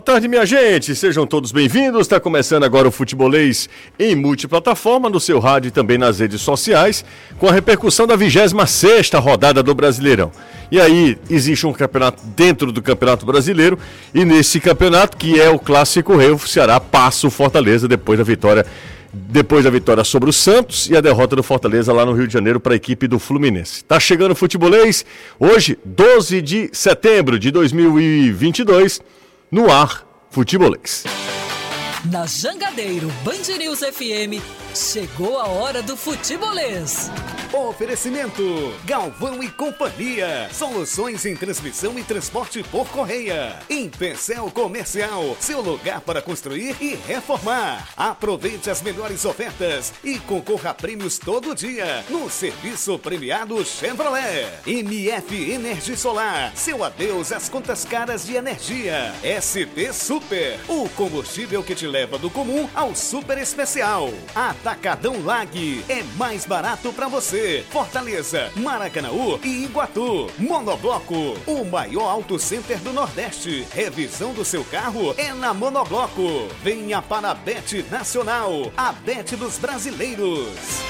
Boa tarde, minha gente, sejam todos bem-vindos. Está começando agora o Futebolês em multiplataforma, no seu rádio e também nas redes sociais, com a repercussão da 26ª rodada do Brasileirão. E aí, existe um campeonato dentro do Campeonato Brasileiro, e nesse campeonato, que é o Clássico Rei, o Ceará passa o Fortaleza depois da vitória sobre o Santos e a derrota do Fortaleza lá no Rio de Janeiro para a equipe do Fluminense. Tá chegando o Futebolês, hoje, 12 de setembro de 2022, no ar, Futebolês. Na Jangadeiro Band News FM, chegou a hora do Futebolês. Oferecimento Galvão e Companhia. Soluções em transmissão e transporte por correia. Empecel Comercial, seu lugar para construir e reformar. Aproveite as melhores ofertas e concorra a prêmios todo dia no serviço premiado Chevrolet. MF Energisolar, seu adeus às contas caras de energia. ST Super, o combustível que te leva do comum ao super especial. Atacadão Lag, é mais barato para você. Fortaleza, Maracanaú e Iguatu. Monobloco, o maior auto center do Nordeste. Revisão do seu carro é na Monobloco. Venha para a Bet Nacional, a Bet dos brasileiros.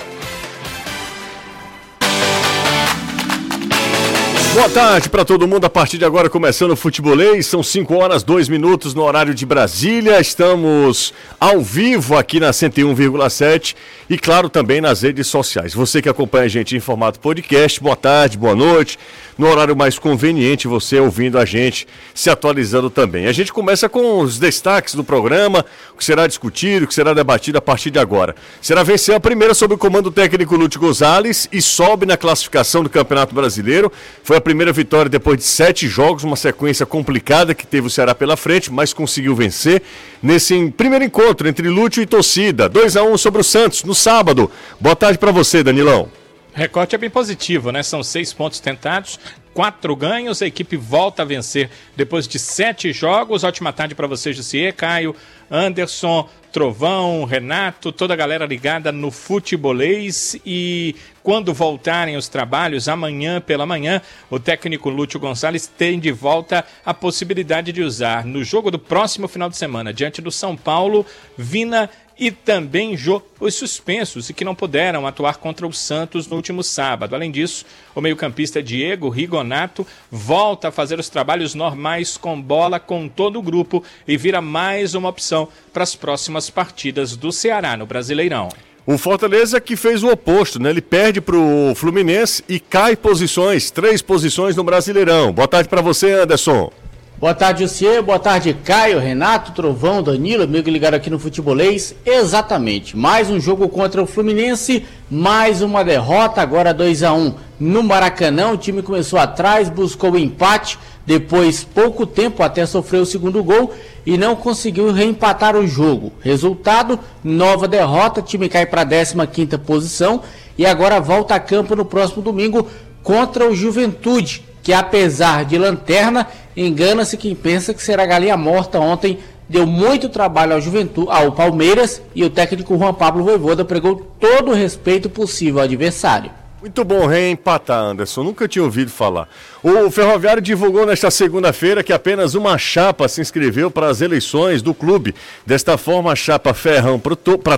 Boa tarde para todo mundo, a partir de agora começando o Futebolês, são 5 horas 2 minutos no horário de Brasília, estamos ao vivo aqui na 101,7 e claro também nas redes sociais. Você que acompanha a gente em formato podcast, boa tarde, boa noite, no horário mais conveniente você ouvindo a gente, se atualizando também. A gente começa com os destaques do programa, o que será discutido, o que será debatido a partir de agora. Será vencer a primeira sob o comando técnico Lúcio Gonzalez e sobe na classificação do Campeonato Brasileiro. Foi a primeira vitória depois de 7 jogos, uma sequência complicada que teve o Ceará pela frente, mas conseguiu vencer nesse primeiro encontro entre Lúcio e torcida. 2-1 sobre o Santos no sábado. Boa tarde para você, Danilão. Recorte é bem positivo, né? São 6 pontos tentados, 4 ganhos, a equipe volta a vencer depois de 7 jogos. Ótima tarde para você, Jussier, Caio, Anderson, Trovão, Renato, toda a galera ligada no Futebolês. E quando voltarem os trabalhos, amanhã pela manhã, o técnico Lúcio Gonzalez tem de volta a possibilidade de usar no jogo do próximo final de semana, diante do São Paulo, Vina e também Jô, os suspensos e que não puderam atuar contra o Santos no último sábado. Além disso, o meio-campista Diego Rigonato volta a fazer os trabalhos normais com bola com todo o grupo e vira mais uma opção para as próximas partidas do Ceará no Brasileirão. O Fortaleza que fez o oposto, né? Ele perde para o Fluminense e cai posições, 3 posições no Brasileirão. Boa tarde para você, Anderson. Boa tarde, Jussier. Boa tarde, Caio, Renato, Trovão, Danilo, amigo ligado aqui no Futebolês. Exatamente, mais um jogo contra o Fluminense, mais uma derrota, agora 2-1 no Maracanã. O time começou atrás, buscou o empate, depois pouco tempo até sofreu o segundo gol e não conseguiu reempatar o jogo. Resultado, nova derrota, o time cai para a 15ª posição e agora volta a campo no próximo domingo contra o Juventude, que apesar de lanterna, engana-se quem pensa que será galinha morta. Ontem deu muito trabalho ao Palmeiras e o técnico Juan Pablo Vojvoda pregou todo o respeito possível ao adversário. Muito bom reempatar, Anderson. Nunca tinha ouvido falar. O Ferroviário divulgou nesta segunda-feira que apenas uma chapa se inscreveu para as eleições do clube. Desta forma, a chapa Ferrão para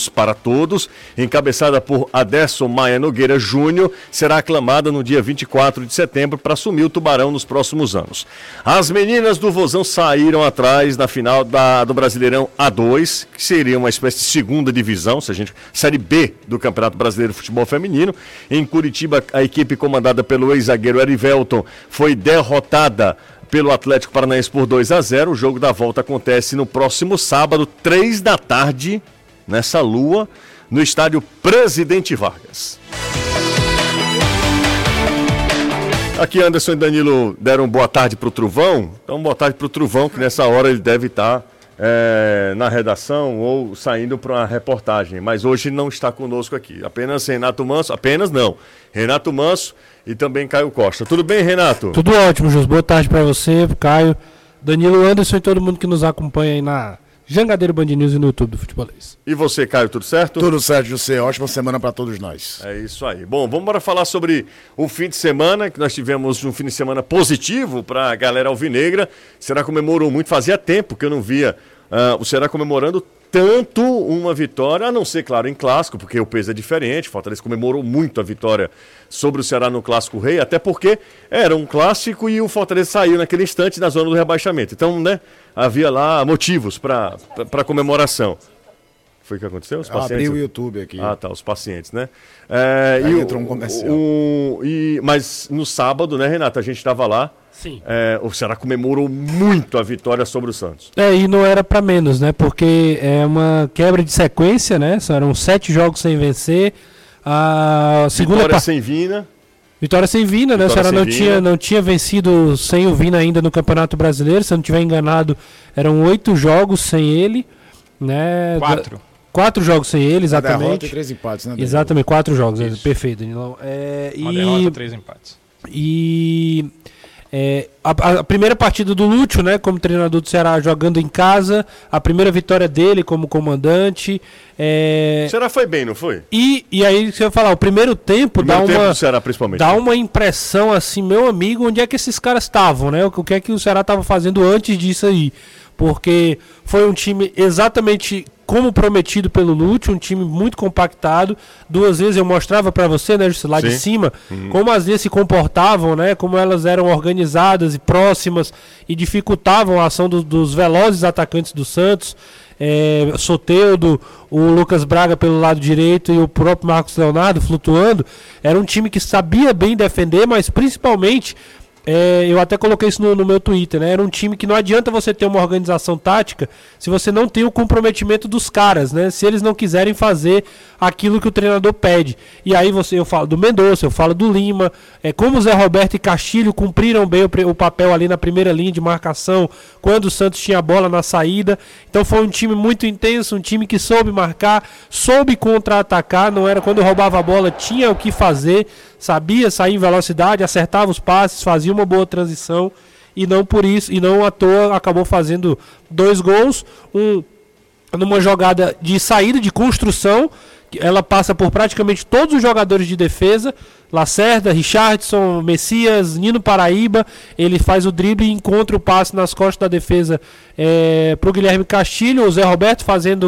todos, encabeçada por Aderson Maia Nogueira Júnior, será aclamada no dia 24 de setembro para assumir o Tubarão nos próximos anos. As meninas do Vozão saíram atrás na final do Brasileirão A2, que seria uma espécie de segunda divisão, Série B do Campeonato Brasileiro de Futebol Feminino. Em Curitiba, a equipe comandada pelo ex-zagueiro Erivelton foi derrotada pelo Atlético Paranaense por 2-0. O jogo da volta acontece no próximo sábado, 3 da tarde, nessa lua, no estádio Presidente Vargas. Aqui Anderson e Danilo deram boa tarde para o Trovão. Então, boa tarde para o Trovão, que nessa hora ele deve estar na redação ou saindo para uma reportagem, mas hoje não está conosco aqui, apenas Renato Manso, Renato Manso e também Caio Costa. Tudo bem, Renato? Tudo ótimo, Jus. Boa tarde para você, Caio, Danilo, Anderson e todo mundo que nos acompanha aí na Jangadeiro Band News e no YouTube do Futebolês. E você, Caio, tudo certo? Tudo certo, José. Ótima semana para todos nós. É isso aí. Bom, vamos embora falar sobre o fim de semana, que nós tivemos um fim de semana positivo para a galera alvinegra. O Ceará comemorou muito, fazia tempo que eu não via o Ceará comemorando tanto uma vitória, a não ser, claro, em clássico, porque o peso é diferente. O Fortaleza comemorou muito a vitória sobre o Ceará no Clássico Rei, até porque era um clássico e o Fortaleza saiu naquele instante na zona do rebaixamento. Então, né, havia lá motivos para comemoração. Foi o que aconteceu? Os pacientes? Abri o YouTube aqui. Ah, tá, os pacientes, né? Aí entrou um comercial. Mas no sábado, né, Renato, a gente estava lá. Sim. O Ceará comemorou muito a vitória sobre o Santos. E não era para menos, né? Porque é uma quebra de sequência, né? Eram 7 jogos sem vencer. A segunda Vitória sem Vina. Vitória sem Vina, né? O Ceará não tinha vencido sem o Vina ainda no Campeonato Brasileiro. Se eu não estiver enganado, eram 8 jogos sem ele, né? 4 jogos sem ele, exatamente. Derrota e 3 empates, né? Exatamente, 4 jogos, perfeito, Danilão. Uma derrota, 3 empates. A primeira partida do Lúcio, né, como treinador do Ceará, jogando em casa, a primeira vitória dele como comandante. O Ceará foi bem, não foi? E aí, você vai falar, o primeiro tempo do Ceará, principalmente, dá uma impressão assim, meu amigo, onde é que esses caras estavam, né? O que é que o Ceará estava fazendo antes disso aí? Porque foi um time exatamente como prometido pelo Lúcio, um time muito compactado. 2 vezes eu mostrava para você, né, lá de cima, como as vezes se comportavam, né, como elas eram organizadas e próximas e dificultavam a ação dos velozes atacantes do Santos. Soteldo, o Lucas Braga pelo lado direito e o próprio Marcos Leonardo flutuando. Era um time que sabia bem defender, mas principalmente... eu até coloquei isso no meu Twitter, né? Era um time que não adianta você ter uma organização tática se você não tem o comprometimento dos caras, né? Se eles não quiserem fazer aquilo que o treinador pede. E aí eu falo do Mendonça, eu falo do Lima, como o Zé Roberto e Castilho cumpriram bem o papel ali na primeira linha de marcação, quando o Santos tinha a bola na saída. Então foi um time muito intenso, um time que soube marcar, soube contra-atacar, não era quando roubava a bola, tinha o que fazer, sabia sair em velocidade, acertava os passes, fazia uma boa transição e não por isso, e não à toa acabou fazendo 2 gols, numa jogada de saída, de construção. Ela passa por praticamente todos os jogadores de defesa, Lacerda, Richardson, Messias, Nino Paraíba. Ele faz o drible e encontra o passe nas costas da defesa para o Guilherme Castilho. O Zé Roberto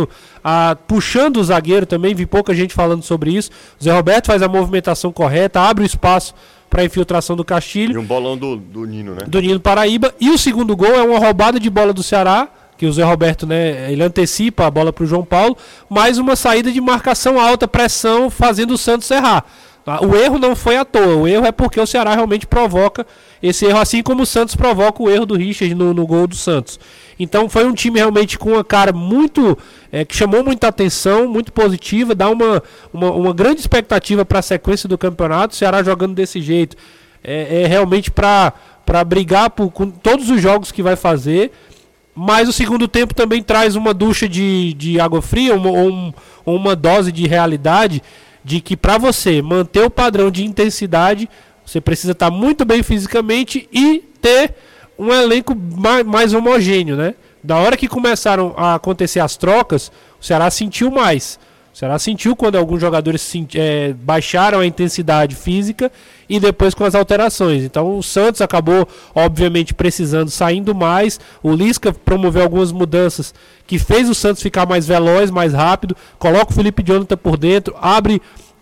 puxando o zagueiro também, vi pouca gente falando sobre isso. O Zé Roberto faz a movimentação correta, abre o espaço para a infiltração do Castilho. E um bolão do Nino, né? Do Nino Paraíba. E o segundo gol é uma roubada de bola do Ceará, que o Zé Roberto, né, ele antecipa a bola para o João Paulo, mais uma saída de marcação alta, pressão, fazendo o Santos errar. O erro não foi à toa, o erro é porque o Ceará realmente provoca esse erro, assim como o Santos provoca o erro do Richard no gol do Santos. Então foi um time realmente com uma cara muito, que chamou muita atenção, muito positiva, dá uma grande expectativa para a sequência do campeonato. O Ceará jogando desse jeito realmente para brigar com todos os jogos que vai fazer. Mas o segundo tempo também traz uma ducha de água fria, uma dose de realidade, de que para você manter o padrão de intensidade, você precisa estar muito bem fisicamente e ter um elenco mais homogêneo, né? Da hora que começaram a acontecer as trocas, o Ceará sentiu mais. O Ceará sentiu quando alguns jogadores baixaram a intensidade física e depois com as alterações. Então o Santos acabou, obviamente, saindo mais. O Lisca promoveu algumas mudanças que fez o Santos ficar mais veloz, mais rápido. Coloca o Felipe Jonathan por dentro, abre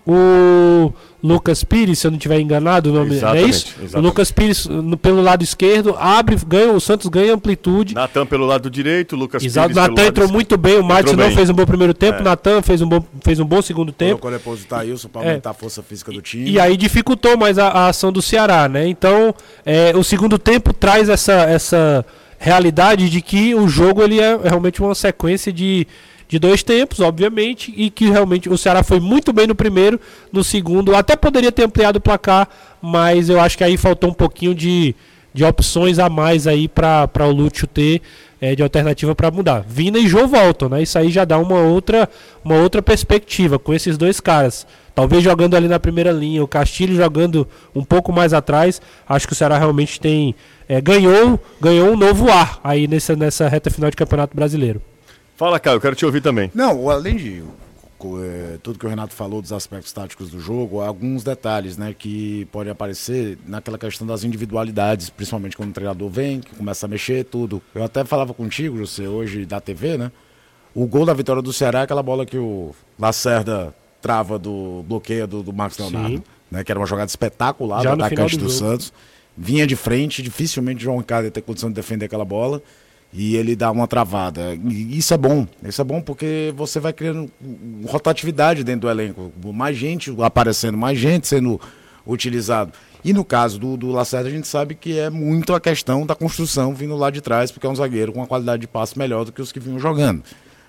o Lucas Pires, se eu não estiver enganado o nome, exatamente, é isso? Exatamente. O Lucas Pires pelo lado esquerdo, o Santos ganha amplitude. Natan pelo lado direito, Lucas Pires pelo Natan entrou muito bem, o Matos não fez um bom primeiro tempo, Natan fez um bom segundo tempo. Colocou depositar isso para aumentar a força física do time. E aí dificultou mais a ação do Ceará, né? Então, o segundo tempo traz essa realidade de que o jogo ele é realmente uma sequência de 2 tempos, obviamente, e que realmente o Ceará foi muito bem no primeiro, no segundo, até poderia ter ampliado o placar, mas eu acho que aí faltou um pouquinho de opções a mais aí para o Lúcio ter de alternativa para mudar. Vina e Jô voltam, né? Isso aí já dá uma outra perspectiva com esses 2 caras. Talvez jogando ali na primeira linha, o Castilho jogando um pouco mais atrás, acho que o Ceará realmente ganhou um novo ar aí nessa reta final de Campeonato Brasileiro. Fala, Caio, eu quero te ouvir também. Não, além de tudo que o Renato falou dos aspectos táticos do jogo, há alguns detalhes, né, que podem aparecer naquela questão das individualidades, principalmente quando o treinador vem, que começa a mexer, tudo. Eu até falava contigo, José, hoje da TV, né? O gol da vitória do Ceará é aquela bola que o Lacerda trava do bloqueio do Marcos Leonardo, né, que era uma jogada espetacular do atacante do Santos. Vinha de frente, dificilmente o João Ricardo ia ter condição de defender aquela bola. E ele dá uma travada. E isso é bom porque você vai criando rotatividade dentro do elenco. Mais gente aparecendo, mais gente sendo utilizado. E no caso do Lacerda, a gente sabe que é muito a questão da construção vindo lá de trás, porque é um zagueiro com uma qualidade de passe melhor do que os que vinham jogando.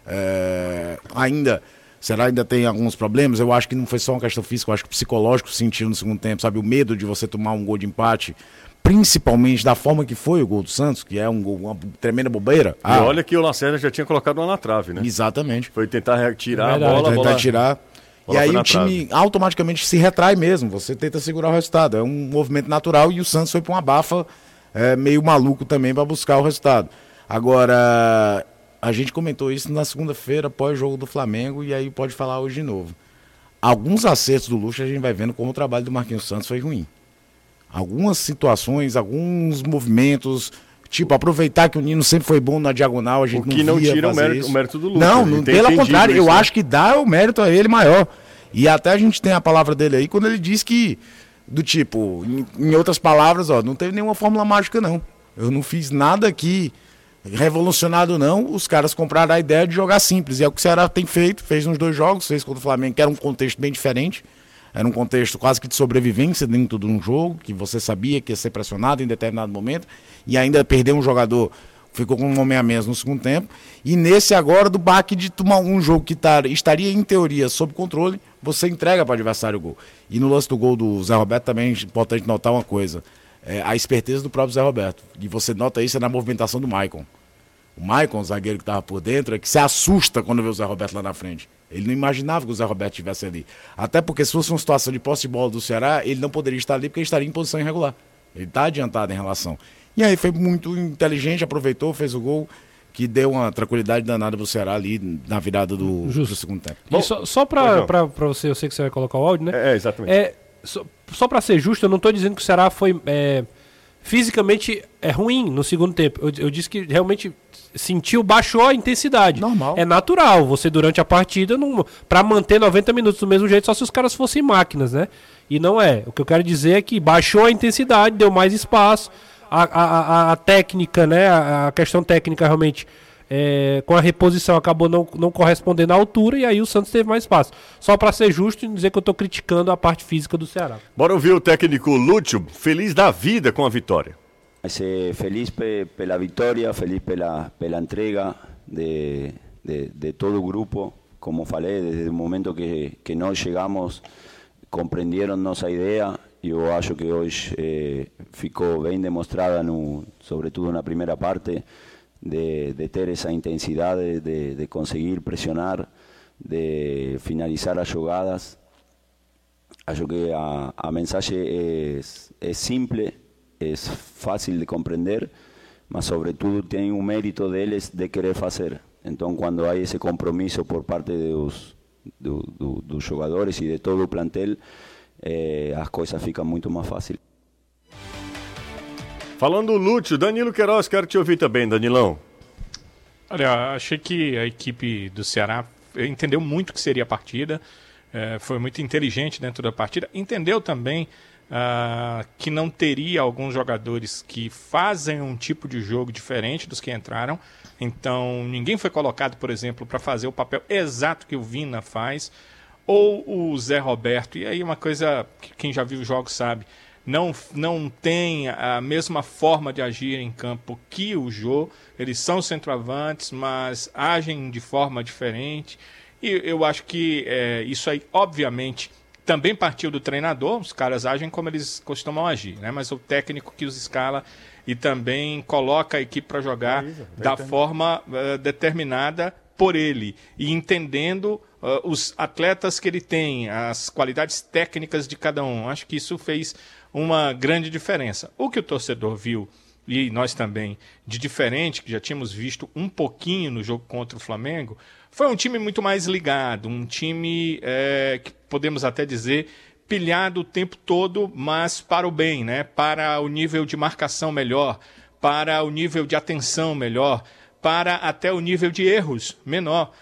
Será ainda tem alguns problemas? Eu acho que não foi só uma questão física, eu acho que o psicológico sentiu no segundo tempo, sabe? O medo de você tomar um gol de empate, principalmente da forma que foi o gol do Santos, que é um gol, uma tremenda bobeira. E olha que o Lacerda já tinha colocado uma na trave, né? Exatamente. Foi tentar tirar a bola. Tirar. E aí o time automaticamente se retrai mesmo, você tenta segurar o resultado. É um movimento natural e o Santos foi para uma bafa meio maluco também para buscar o resultado. Agora, a gente comentou isso na segunda-feira, pós-jogo do Flamengo, e aí pode falar hoje de novo. Alguns acertos do Lucha a gente vai vendo como o trabalho do Marquinhos Santos foi ruim. Algumas situações, alguns movimentos, tipo, aproveitar que o Nino sempre foi bom na diagonal, a gente não via não tira o mérito do Lucha. Não, pelo contrário, eu acho que dá o mérito a ele maior. E até a gente tem a palavra dele aí, quando ele diz que, do tipo, em outras palavras, não teve nenhuma fórmula mágica não. Eu não fiz nada aqui revolucionado não, os caras compraram a ideia de jogar simples, e é o que o Ceará tem feito, fez nos 2 jogos, fez contra o Flamengo, que era um contexto bem diferente. Era um contexto quase que de sobrevivência dentro de um jogo, que você sabia que ia ser pressionado em determinado momento, e ainda perdeu um jogador, ficou com um homem a menos no segundo tempo, e nesse agora do baque de tomar um jogo que estaria em teoria sob controle, você entrega para o adversário o gol. E no lance do gol do Zé Roberto também é importante notar uma coisa, a esperteza do próprio Zé Roberto, e você nota isso na movimentação do Maicon. O Maicon, o zagueiro que estava por dentro, é que se assusta quando vê o Zé Roberto lá na frente. Ele não imaginava que o Zé Roberto estivesse ali. Até porque se fosse uma situação de posse de bola do Ceará, ele não poderia estar ali porque ele estaria em posição irregular. Ele está adiantado em relação. E aí foi muito inteligente, aproveitou, fez o gol, que deu uma tranquilidade danada pro Ceará ali na virada do segundo tempo. Bom, e só para você, eu sei que você vai colocar o áudio, né? Exatamente. Só para ser justo, eu não estou dizendo que o Ceará foi fisicamente ruim no segundo tempo. Eu disse que realmente baixou a intensidade. Normal. É natural, você durante a partida, para manter 90 minutos do mesmo jeito, só se os caras fossem máquinas, né? E não é. O que eu quero dizer é que baixou a intensidade, deu mais espaço, a técnica, né? A questão técnica realmente, com a reposição, acabou não correspondendo à altura, e aí o Santos teve mais espaço. Só para ser justo e dizer que eu estou criticando a parte física do Ceará. Bora ouvir o técnico Lúcio, feliz da vida com a vitória. Feliz pela vitória, feliz pela entrega de todo o grupo. Como falei, desde o momento que nós chegamos, compreenderam nossa ideia. Eu acho que hoje ficou bem demonstrada, sobretudo na primeira parte, de ter essa intensidade, de conseguir pressionar, de finalizar as jogadas. Acho que a mensagem é simples, é fácil de compreender, mas sobretudo tem um mérito deles de querer fazer. Então, quando há esse compromisso por parte dos jogadores e de todo o plantel, as coisas ficam muito mais fáceis. Falando Lúcio, Danilo Queiroz, quero te ouvir também, Danilão. Olha, achei que a equipe do Ceará entendeu muito o que seria a partida, foi muito inteligente dentro da partida, entendeu também que não teria alguns jogadores que fazem um tipo de jogo diferente dos que entraram. Então, ninguém foi colocado, por exemplo, para fazer o papel exato que o Vina faz, ou o Zé Roberto. E aí uma coisa que quem já viu os jogos sabe, não tem a mesma forma de agir em campo que o Jô. Eles são centroavantes, mas agem de forma diferente. E eu acho que isso aí, obviamente, também partiu do treinador. Os caras agem como eles costumam agir, né? Mas o técnico que os escala e também coloca a equipe para jogar da forma determinada por ele, e entendendo os atletas que ele tem, as qualidades técnicas de cada um. Acho que isso fez uma grande diferença. O que o torcedor viu e nós também, de diferente, que já tínhamos visto um pouquinho no jogo contra o Flamengo, foi um time muito mais ligado, um time que podemos até dizer pilhado o tempo todo, mas para o bem, né? Para o nível de marcação melhor, para o nível de atenção melhor, para até o nível de erros menor.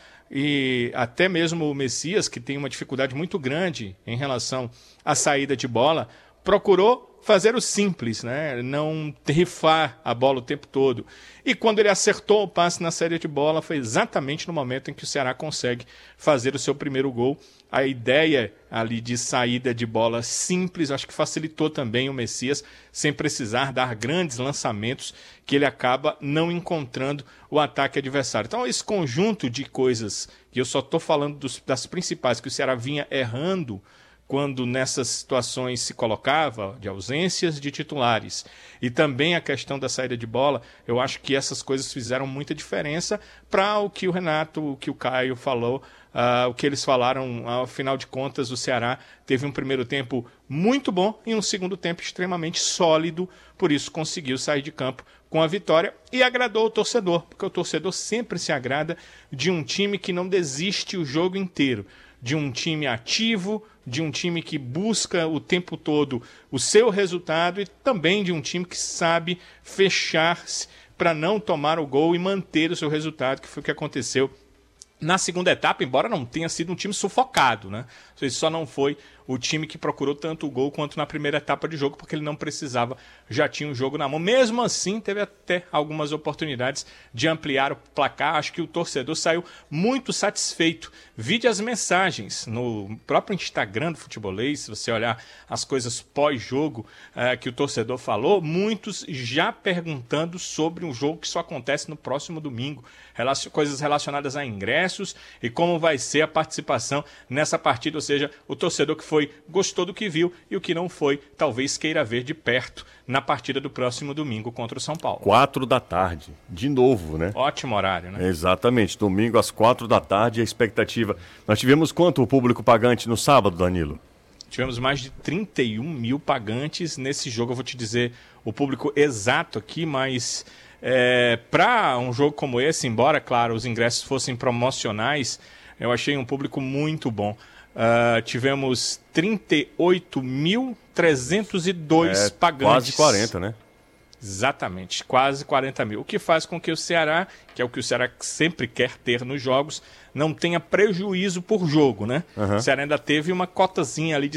E até mesmo o Messias, que tem uma dificuldade muito grande em relação à saída de bola, procurou fazer o simples, né? Não rifar a bola o tempo todo. E quando ele acertou o passe na saída de bola, foi exatamente no momento em que o Ceará consegue fazer o seu primeiro gol. A ideia ali de saída de bola simples, acho que facilitou também o Messias, sem precisar dar grandes lançamentos, que ele acaba não encontrando o ataque adversário. Então, esse conjunto de coisas, que eu só estou falando das principais, que o Ceará vinha errando quando nessas situações se colocava, de ausências de titulares, e também a questão da saída de bola, eu acho que essas coisas fizeram muita diferença para o que o Renato, o que o Caio falou, o que eles falaram. Afinal de contas, o Ceará teve um primeiro tempo muito bom e um segundo tempo extremamente sólido, por isso conseguiu sair de campo com a vitória e agradou o torcedor, porque o torcedor sempre se agrada de um time que não desiste o jogo inteiro, de um time ativo, de um time que busca o tempo todo o seu resultado e também de um time que sabe fechar-se para não tomar o gol e manter o seu resultado, que foi o que aconteceu na segunda etapa, embora não tenha sido um time sufocado, né? Ele só não foi o time que procurou tanto o gol quanto na primeira etapa de jogo, porque ele não precisava, já tinha o jogo na mão. Mesmo assim, teve até algumas oportunidades de ampliar o placar. Acho que o torcedor saiu muito satisfeito. Vide as mensagens no próprio Instagram do Futebolês, se você olhar as coisas pós-jogo que o torcedor falou, muitos já perguntando sobre um jogo que só acontece no próximo domingo, coisas relacionadas a ingressos e como vai ser a participação nessa partida, ou seja, o torcedor que foi gostou do que viu e o que não foi, talvez queira ver de perto na partida do próximo domingo contra o São Paulo. 4 da tarde, de novo, né? Ótimo horário, né? Exatamente, domingo às 4 da tarde, a expectativa. Nós tivemos quanto o público pagante no sábado, Danilo? Tivemos mais de 31 mil pagantes nesse jogo. Eu vou te dizer o público exato aqui, mas para um jogo como esse, embora, claro, os ingressos fossem promocionais, eu achei um público muito bom. Tivemos 38.302 pagantes. Quase 40, né? Exatamente, quase 40 mil. O que faz com que o Ceará, que é o que o Ceará sempre quer ter nos jogos, não tenha prejuízo por jogo, né? Uhum. O Ceará ainda teve uma cotazinha ali de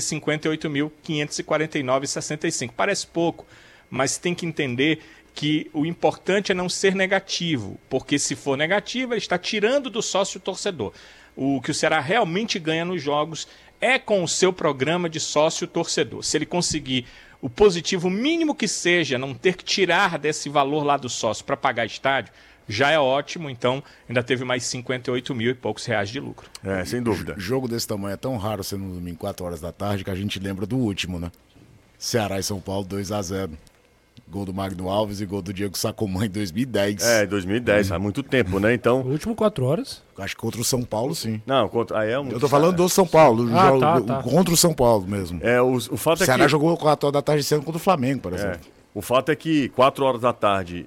58.549,65. Parece pouco, mas tem que entender que o importante é não ser negativo, porque se for negativo, ele está tirando do sócio torcedor. O que o Ceará realmente ganha nos jogos é com o seu programa de sócio torcedor. Se ele conseguir o positivo mínimo que seja, não ter que tirar desse valor lá do sócio para pagar estádio, já é ótimo. Então ainda teve mais 58 mil e poucos reais de lucro. Sem dúvida. Jogo desse tamanho é tão raro ser no domingo 4 horas da tarde que a gente lembra do último, né? Ceará e São Paulo 2-0. Gol do Magno Alves e gol do Diego Sacomã em 2010. 2010, há muito tempo, né? Então, O último 4 horas. Acho que contra o São Paulo, sim. não, Eu tô falando do São Paulo, tá. contra o São Paulo mesmo. O fato O é Ceará que jogou 4 horas da tarde esse ano contra o Flamengo, por exemplo. o fato é que 4 horas da tarde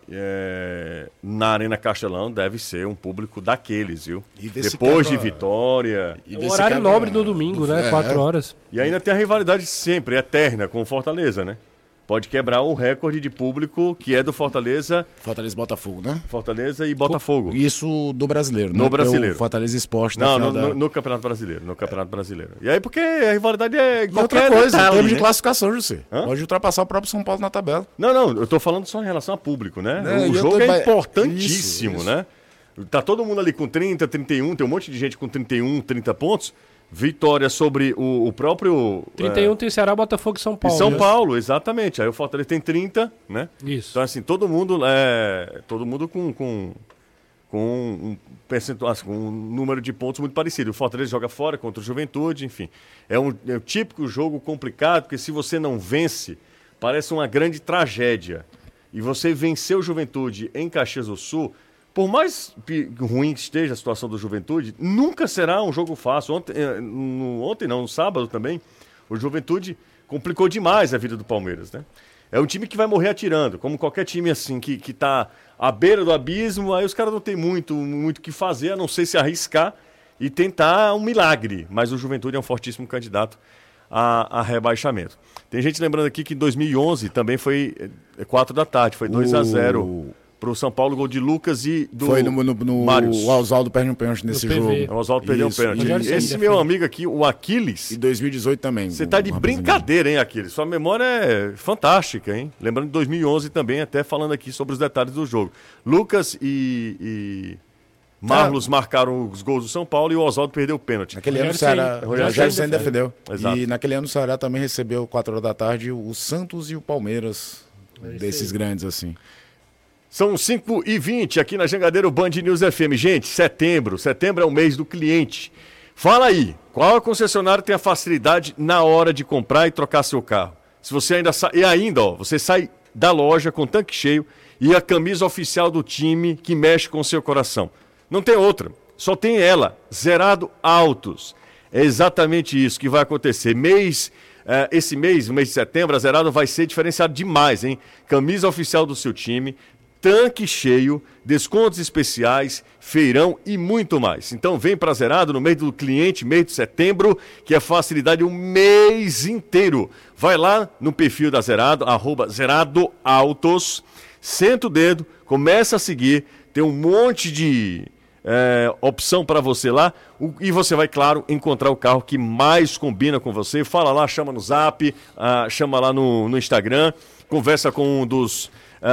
na Arena Castelão deve ser um público daqueles, viu? Depois de Vitória. O horário nobre no domingo, né? 4 horas. E ainda tem a rivalidade sempre eterna com o Fortaleza, né? Pode quebrar o recorde de público que é do Fortaleza. Fortaleza e Botafogo, né? Fortaleza e Botafogo. Isso do brasileiro, No brasileiro. O Fortaleza Esporte. Não, no Campeonato Brasileiro. No Campeonato Brasileiro. E aí, porque a rivalidade é E outra coisa, em termos de classificação, José. Hã? Pode ultrapassar o próprio São Paulo na tabela. Não, eu tô falando só em relação a público, né? É, O e jogo eu tô- é importantíssimo, Isso. né? Tá todo mundo ali com 30, 31, tem um monte de gente com 31, 30 pontos. Vitória sobre o próprio... 31 tem Ceará, Botafogo e São Paulo. E São né? Paulo, exatamente. Aí o Fortaleza tem 30, né? Isso. Então, assim, todo mundo com um percentual, assim, com um número de pontos muito parecido. O Fortaleza joga fora contra o Juventude, enfim. É um típico jogo complicado, porque se você não vence, parece uma grande tragédia. E você venceu o Juventude em Caxias do Sul, por mais ruim que esteja a situação do Juventude, nunca será um jogo fácil. No sábado também, o Juventude complicou demais a vida do Palmeiras, né? É um time que vai morrer atirando, como qualquer time assim, que tá à beira do abismo, aí os caras não tem muito o que fazer, a não ser se arriscar e tentar um milagre. Mas o Juventude é um fortíssimo candidato a rebaixamento. Tem gente lembrando aqui que em 2011 também foi 4 da tarde, foi 2-0 pro São Paulo, gol de Lucas e do Foi no Marius. o Oswaldo perdeu um pênalti nesse jogo. O Oswaldo perdeu um pênalti. Esse meu amigo aqui, o Aquiles... E 2018 também. Você tá de brincadeira, hein, Aquiles? Sua memória é fantástica, hein? Lembrando de 2011 também, até falando aqui sobre os detalhes do jogo. Lucas e Marlos marcaram os gols do São Paulo e o Oswaldo perdeu o pênalti. Naquele ano o Ceará... O Rogério Ceni defendeu. Exato. E naquele ano o Ceará também recebeu 4 horas da tarde o Santos e o Palmeiras, desses grandes assim. São 5h20 aqui na Jangadeiro Band News FM. Gente, setembro é o mês do cliente. Fala aí, qual concessionário tem a facilidade na hora de comprar e trocar seu carro? Se você você sai da loja com tanque cheio e a camisa oficial do time que mexe com o seu coração. Não tem outra, só tem ela, Zerado Autos. É exatamente isso que vai acontecer. Esse mês, o mês de setembro, a Zerado vai ser diferenciado demais, hein? Camisa oficial do seu time, tanque cheio, descontos especiais, feirão e muito mais. Então vem para Zerado no mês do cliente, mês de setembro, que é facilidade o mês inteiro. Vai lá no perfil da Zerado, @ZeradoAutos, senta o dedo, começa a seguir, tem um monte de opção para você lá e você vai, claro, encontrar o carro que mais combina com você. Fala lá, chama no Zap, chama lá no Instagram, conversa com um dos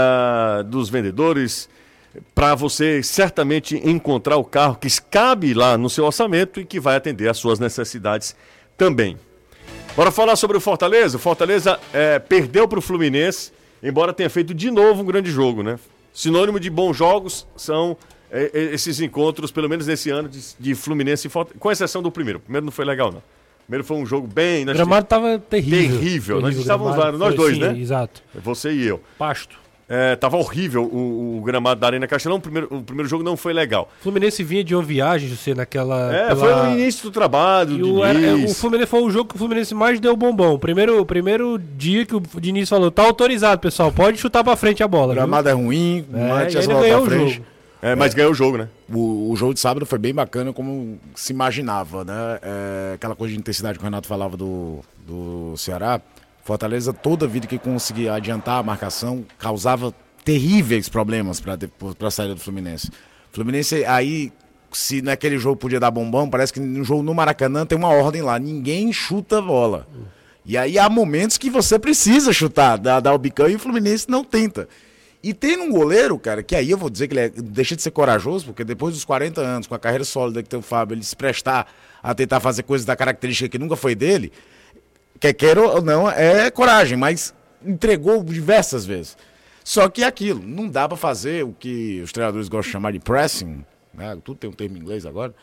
vendedores para você certamente encontrar o carro que cabe lá no seu orçamento e que vai atender às suas necessidades também. Bora falar sobre o Fortaleza. O Fortaleza perdeu para o Fluminense, embora tenha feito de novo um grande jogo, né? Sinônimo de bons jogos são esses encontros, pelo menos nesse ano, de Fluminense e Fortaleza, com exceção do primeiro. O primeiro não foi legal, não. O primeiro foi um jogo bem... O gramado estava terrível. Nós estávamos lá, nós dois, né? Exato. Você e eu. Pasto. Tava horrível o gramado da Arena Castelão. O primeiro jogo não foi legal. O Fluminense vinha de uma viagem, José, naquela... Foi o início do trabalho, o Fluminense foi o jogo que o Fluminense mais deu bombom. O primeiro dia que o Diniz falou, tá autorizado, pessoal, pode chutar pra frente a bola. O gramado é ruim, mas ele ganhou o jogo. Mas ganhou o jogo, né? O jogo de sábado foi bem bacana, como se imaginava, né? Aquela coisa de intensidade que o Renato falava do Ceará. Fortaleza, toda vida que conseguia adiantar a marcação, causava terríveis problemas para a saída do Fluminense. O Fluminense, aí, se naquele jogo podia dar bombom, parece que no jogo no Maracanã tem uma ordem lá, ninguém chuta a bola. E aí há momentos que você precisa chutar, dar o bicão, e o Fluminense não tenta. E tem um goleiro, cara, que aí eu vou dizer que ele deixa de ser corajoso, porque depois dos 40 anos, com a carreira sólida que tem o Fábio, ele se prestar a tentar fazer coisas da característica que nunca foi dele, quer queira ou não, é coragem, mas entregou diversas vezes. Só que aquilo, não dá pra fazer o que os treinadores gostam de chamar de pressing, né? Tudo tem um termo em inglês agora,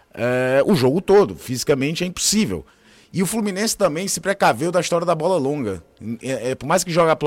o jogo todo, fisicamente é impossível. E o Fluminense também se precaveu da história da bola longa. Por mais que joga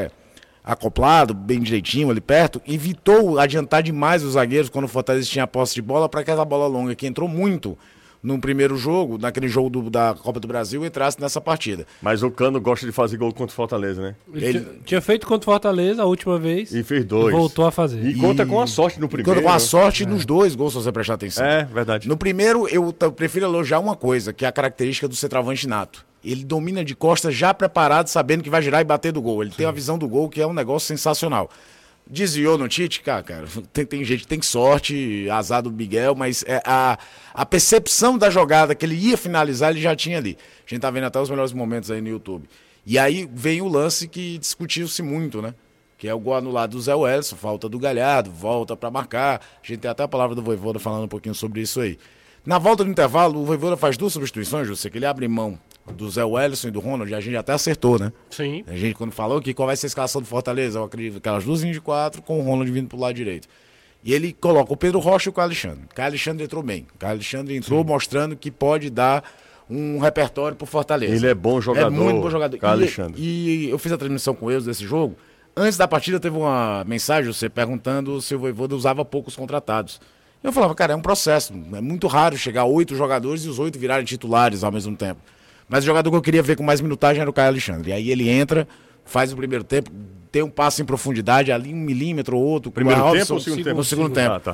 acoplado, bem direitinho ali perto, evitou adiantar demais os zagueiros quando o Fortaleza tinha a posse de bola para aquela bola longa que entrou muito no primeiro jogo, naquele jogo da Copa do Brasil, entrasse nessa partida. Mas o Cano gosta de fazer gol contra o Fortaleza, né? Ele tinha feito contra o Fortaleza a última vez. E fez 2. Voltou a fazer. E conta com a sorte no primeiro. Conta com a sorte nos 2 gols, se você prestar atenção. Verdade. No primeiro, eu prefiro elogiar uma coisa, que é a característica do centroavante nato. Ele domina de costas já preparado, sabendo que vai girar e bater do gol. Ele tem a visão do gol, que é um negócio sensacional. Desviou no Tite, cara, tem gente que tem sorte, azar do Miguel, mas a percepção da jogada que ele ia finalizar, ele já tinha ali. A gente tá vendo até os melhores momentos aí no YouTube. E aí vem o lance que discutiu-se muito, né? Que é o gol anulado do Zé Wellison, falta do Galhardo, volta pra marcar. A gente tem até a palavra do Vojvoda falando um pouquinho sobre isso aí. Na volta do intervalo, o Vojvoda faz 2 substituições, José, que ele abre mão do Zé Wellison e do Ronald, a gente até acertou, né? Sim. A gente, quando falou que qual vai ser a escalação do Fortaleza, eu acredito aquelas 2 linhas de 4 com o Ronald vindo pro lado direito. E ele coloca o Pedro Rocha e o Caio Alexandre. O Caio Alexandre entrou bem. O Caio Alexandre entrou mostrando que pode dar um repertório pro Fortaleza. Ele é bom jogador. É muito bom jogador. Caio Alexandre. E eu fiz a transmissão com eles desse jogo. Antes da partida teve uma mensagem, você perguntando se o Vojvoda usava poucos contratados. Eu falava, cara, é um processo. É muito raro chegar 8 jogadores e os 8 virarem titulares ao mesmo tempo. Mas o jogador que eu queria ver com mais minutagem era o Caio Alexandre. E aí ele entra, faz o primeiro tempo, tem um passe em profundidade, ali 1 milímetro ou outro. Primeiro Robson, tempo ou segundo tempo? No segundo tempo. Ah, tá.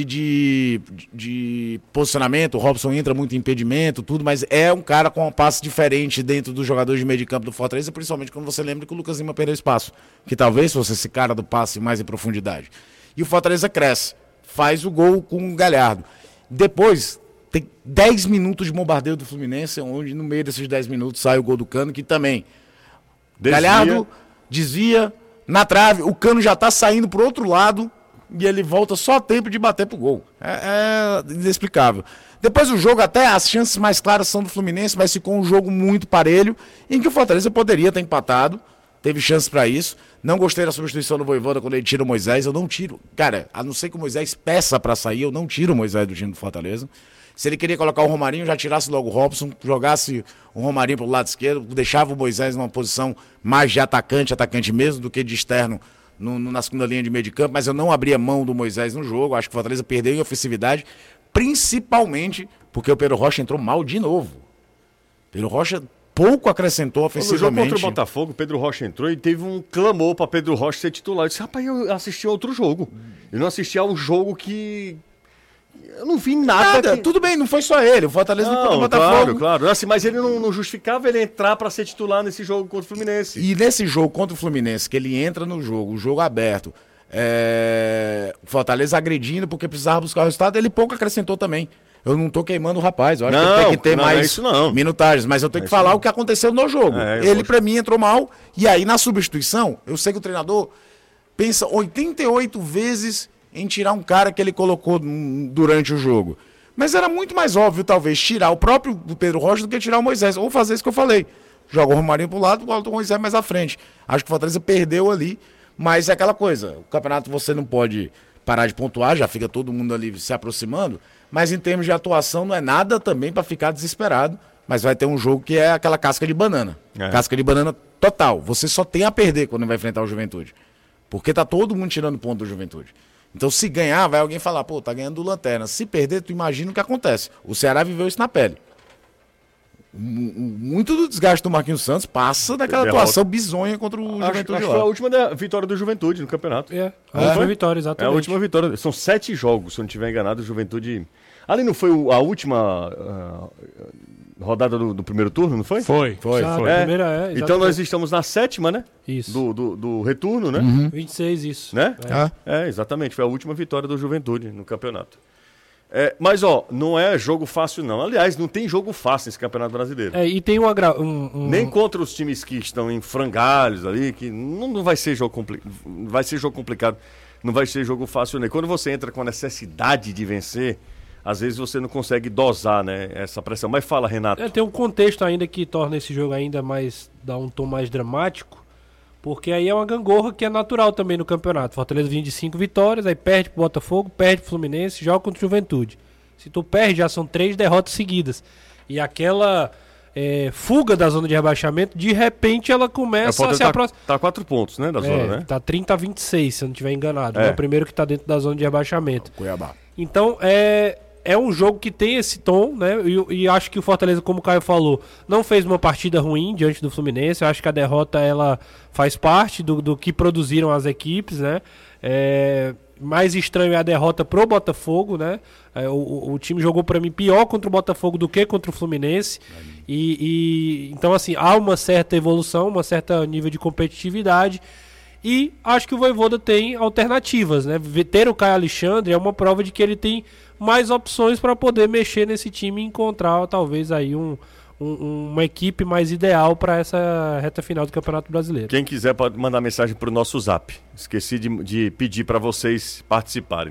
De posicionamento, o Robson entra muito em impedimento, tudo, mas é um cara com um passe diferente dentro dos jogadores de meio de campo do Fortaleza, principalmente quando você lembra que o Lucas Lima perdeu espaço, que talvez fosse esse cara do passe mais em profundidade. E o Fortaleza cresce, faz o gol com o Galhardo. Depois, tem 10 minutos de bombardeio do Fluminense, onde no meio desses 10 minutos sai o gol do Cano, que também... Galhardo desvia na trave, o Cano já tá saindo pro outro lado e ele volta só a tempo de bater pro gol. É inexplicável. Depois do jogo, até as chances mais claras são do Fluminense, mas ficou um jogo muito parelho, em que o Fortaleza poderia ter empatado, teve chances para isso. Não gostei da substituição do Vojvoda quando ele tira o Moisés, eu não tiro. Cara, a não ser que o Moisés peça para sair, eu não tiro o Moisés do time do Fortaleza. Se ele queria colocar o Romarinho, já tirasse logo o Robson, jogasse o Romarinho pro lado esquerdo, deixava o Moisés numa posição mais de atacante mesmo, do que de externo na segunda linha de meio de campo, mas eu não abria mão do Moisés no jogo, acho que o Fortaleza perdeu em ofensividade, principalmente porque o Pedro Rocha entrou mal de novo. Pedro Rocha pouco acrescentou ofensivamente. No jogo contra o Botafogo, o Pedro Rocha entrou e teve um clamor para Pedro Rocha ser titular. Eu disse, rapaz, eu assisti a outro jogo. Eu não assisti ao jogo que... Eu não vi nada. Que... Tudo bem, não foi só ele. O Fortaleza não contra o Botafogo. Claro. Assim, mas ele não justificava ele entrar para ser titular nesse jogo contra o Fluminense. E nesse jogo contra o Fluminense, que ele entra no jogo, o jogo aberto, o Fortaleza agredindo porque precisava buscar o resultado, ele pouco acrescentou também. Eu não tô queimando o rapaz. Eu acho que ele tem que ter mais minutagens. Mas eu tenho que falar o que aconteceu no jogo. Ele, pra mim, entrou mal. E aí, na substituição, eu sei que o treinador pensa 88 vezes em tirar um cara que ele colocou durante o jogo. Mas era muito mais óbvio, talvez, tirar o próprio Pedro Rocha do que tirar o Moisés. Ou fazer isso que eu falei. Joga o Romarinho pro lado, bota o Moisés mais à frente. Acho que o Fortaleza perdeu ali. Mas é aquela coisa. O campeonato você não pode parar de pontuar. Já fica todo mundo ali se aproximando. Mas em termos de atuação não é nada também para ficar desesperado. Mas vai ter um jogo que é aquela casca de banana. Casca de banana total. Você só tem a perder quando vai enfrentar o Juventude. Porque tá todo mundo tirando ponto do Juventude. Então se ganhar, vai alguém falar, pô, tá ganhando do Lanterna. Se perder, tu imagina o que acontece. O Ceará viveu isso na pele. Muito do desgaste do Marquinhos Santos passa daquela atuação bizonha contra o Juventude. Acho que foi a última vitória do Juventude no campeonato. A última vitória, exatamente. É a última vitória. São 7 jogos, se eu não estiver enganado, o Juventude... Ali não foi a última rodada do primeiro turno, não foi? Foi. Primeira, então nós estamos na 7ª, né? Isso. Do retorno, né? 26, isso. Né? Exatamente. Foi a última vitória do Juventude no campeonato. Mas, não é jogo fácil, não. Aliás, não tem jogo fácil nesse Campeonato Brasileiro. E tem Nem contra os times que estão em frangalhos ali, que não vai ser jogo complicado. Vai ser jogo complicado. Não vai ser jogo fácil, né? Quando você entra com a necessidade de vencer, às vezes você não consegue dosar, né, essa pressão. Mas fala, Renato. Tem um contexto ainda que torna esse jogo ainda mais... dá um tom mais dramático. Porque aí é uma gangorra que é natural também no campeonato. Fortaleza vinha de 5 vitórias, aí perde pro Botafogo, perde pro Fluminense, joga contra o Juventude. Se tu perde, já são 3 derrotas seguidas. E aquela fuga da zona de rebaixamento, de repente ela começa a se aproximar. Tá 4 pontos, né, da zona, né? Tá 30-26, se eu não estiver enganado. É o primeiro que tá dentro da zona de rebaixamento. Cuiabá. Então, é um jogo que tem esse tom, né? E acho que o Fortaleza, como o Caio falou, não fez uma partida ruim diante do Fluminense. Eu acho que a derrota, ela faz parte do que produziram as equipes, né? Mais estranho é a derrota pro Botafogo, né? O time jogou para mim pior contra o Botafogo do que contra o Fluminense. Então, assim, há uma certa evolução, um certo nível de competitividade. E acho que o Vojvoda tem alternativas, né? Ter o Caio Alexandre é uma prova de que ele tem mais opções para poder mexer nesse time e encontrar talvez aí uma equipe mais ideal para essa reta final do Campeonato Brasileiro. Quem quiser pode mandar mensagem para o nosso Zap. Esqueci de pedir para vocês participarem.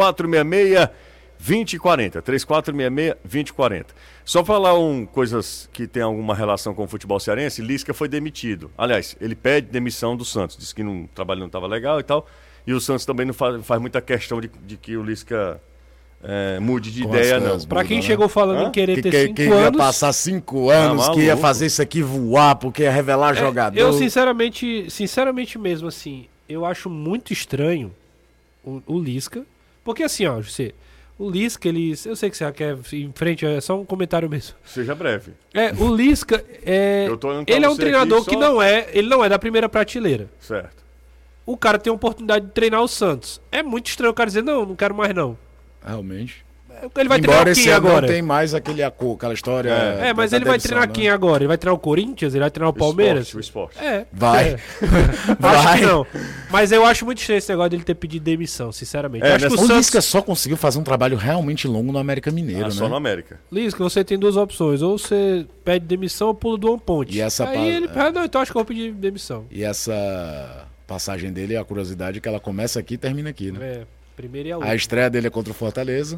3466-2040. 3466-2040. Só falar coisas que tem alguma relação com o futebol cearense. Lisca foi demitido. Aliás, ele pede demissão do Santos. Disse que o trabalho não estava legal e tal. E o Santos também não faz muita questão de que o Lisca... mude de ideia, não. Pra quem chegou falando em querer ter 5 que anos... ia passar 5 anos, que ia fazer isso aqui voar, porque ia revelar jogador... Eu, sinceramente mesmo, assim, eu acho muito estranho o Lisca, porque assim, José, O Lisca, eu sei que você quer ir em frente, é só um comentário mesmo. Seja breve. O Lisca, ele é um treinador que não é da primeira prateleira. Certo. O cara tem a oportunidade de treinar o Santos. É muito estranho o cara dizer, não quero mais não. Realmente. Ele vai treinar quem agora? Não tem mais aquela história. Mas ele vai treinar quem agora? Ele vai treinar o Corinthians? Ele vai treinar o Palmeiras? O esporte. Vai. Acho que não. Mas eu acho muito estranho esse negócio dele ter pedido demissão, sinceramente. Acho que o Lisca só conseguiu fazer um trabalho realmente longo no América Mineiro, né? Só no América. Lisca, você tem duas opções. Ou você pede demissão ou pula do One Ponte. E essa então acho que eu vou pedir demissão. E essa passagem dele, a curiosidade é que ela começa aqui e termina aqui, né? Primeira e a última. A estreia dele é contra o Fortaleza.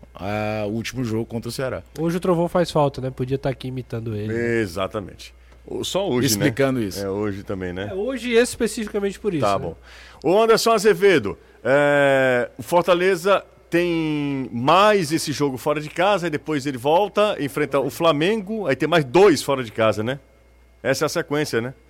O último jogo contra o Ceará. Hoje o Trovão faz falta, né? Podia estar aqui imitando ele. Exatamente. Só hoje, explicando isso. Hoje também, né? Hoje especificamente por isso. Tá bom. O Anderson Azevedo, o Fortaleza tem mais esse jogo fora de casa, aí depois ele volta, enfrenta o Flamengo, aí tem mais 2 fora de casa, né? Essa é a sequência, né?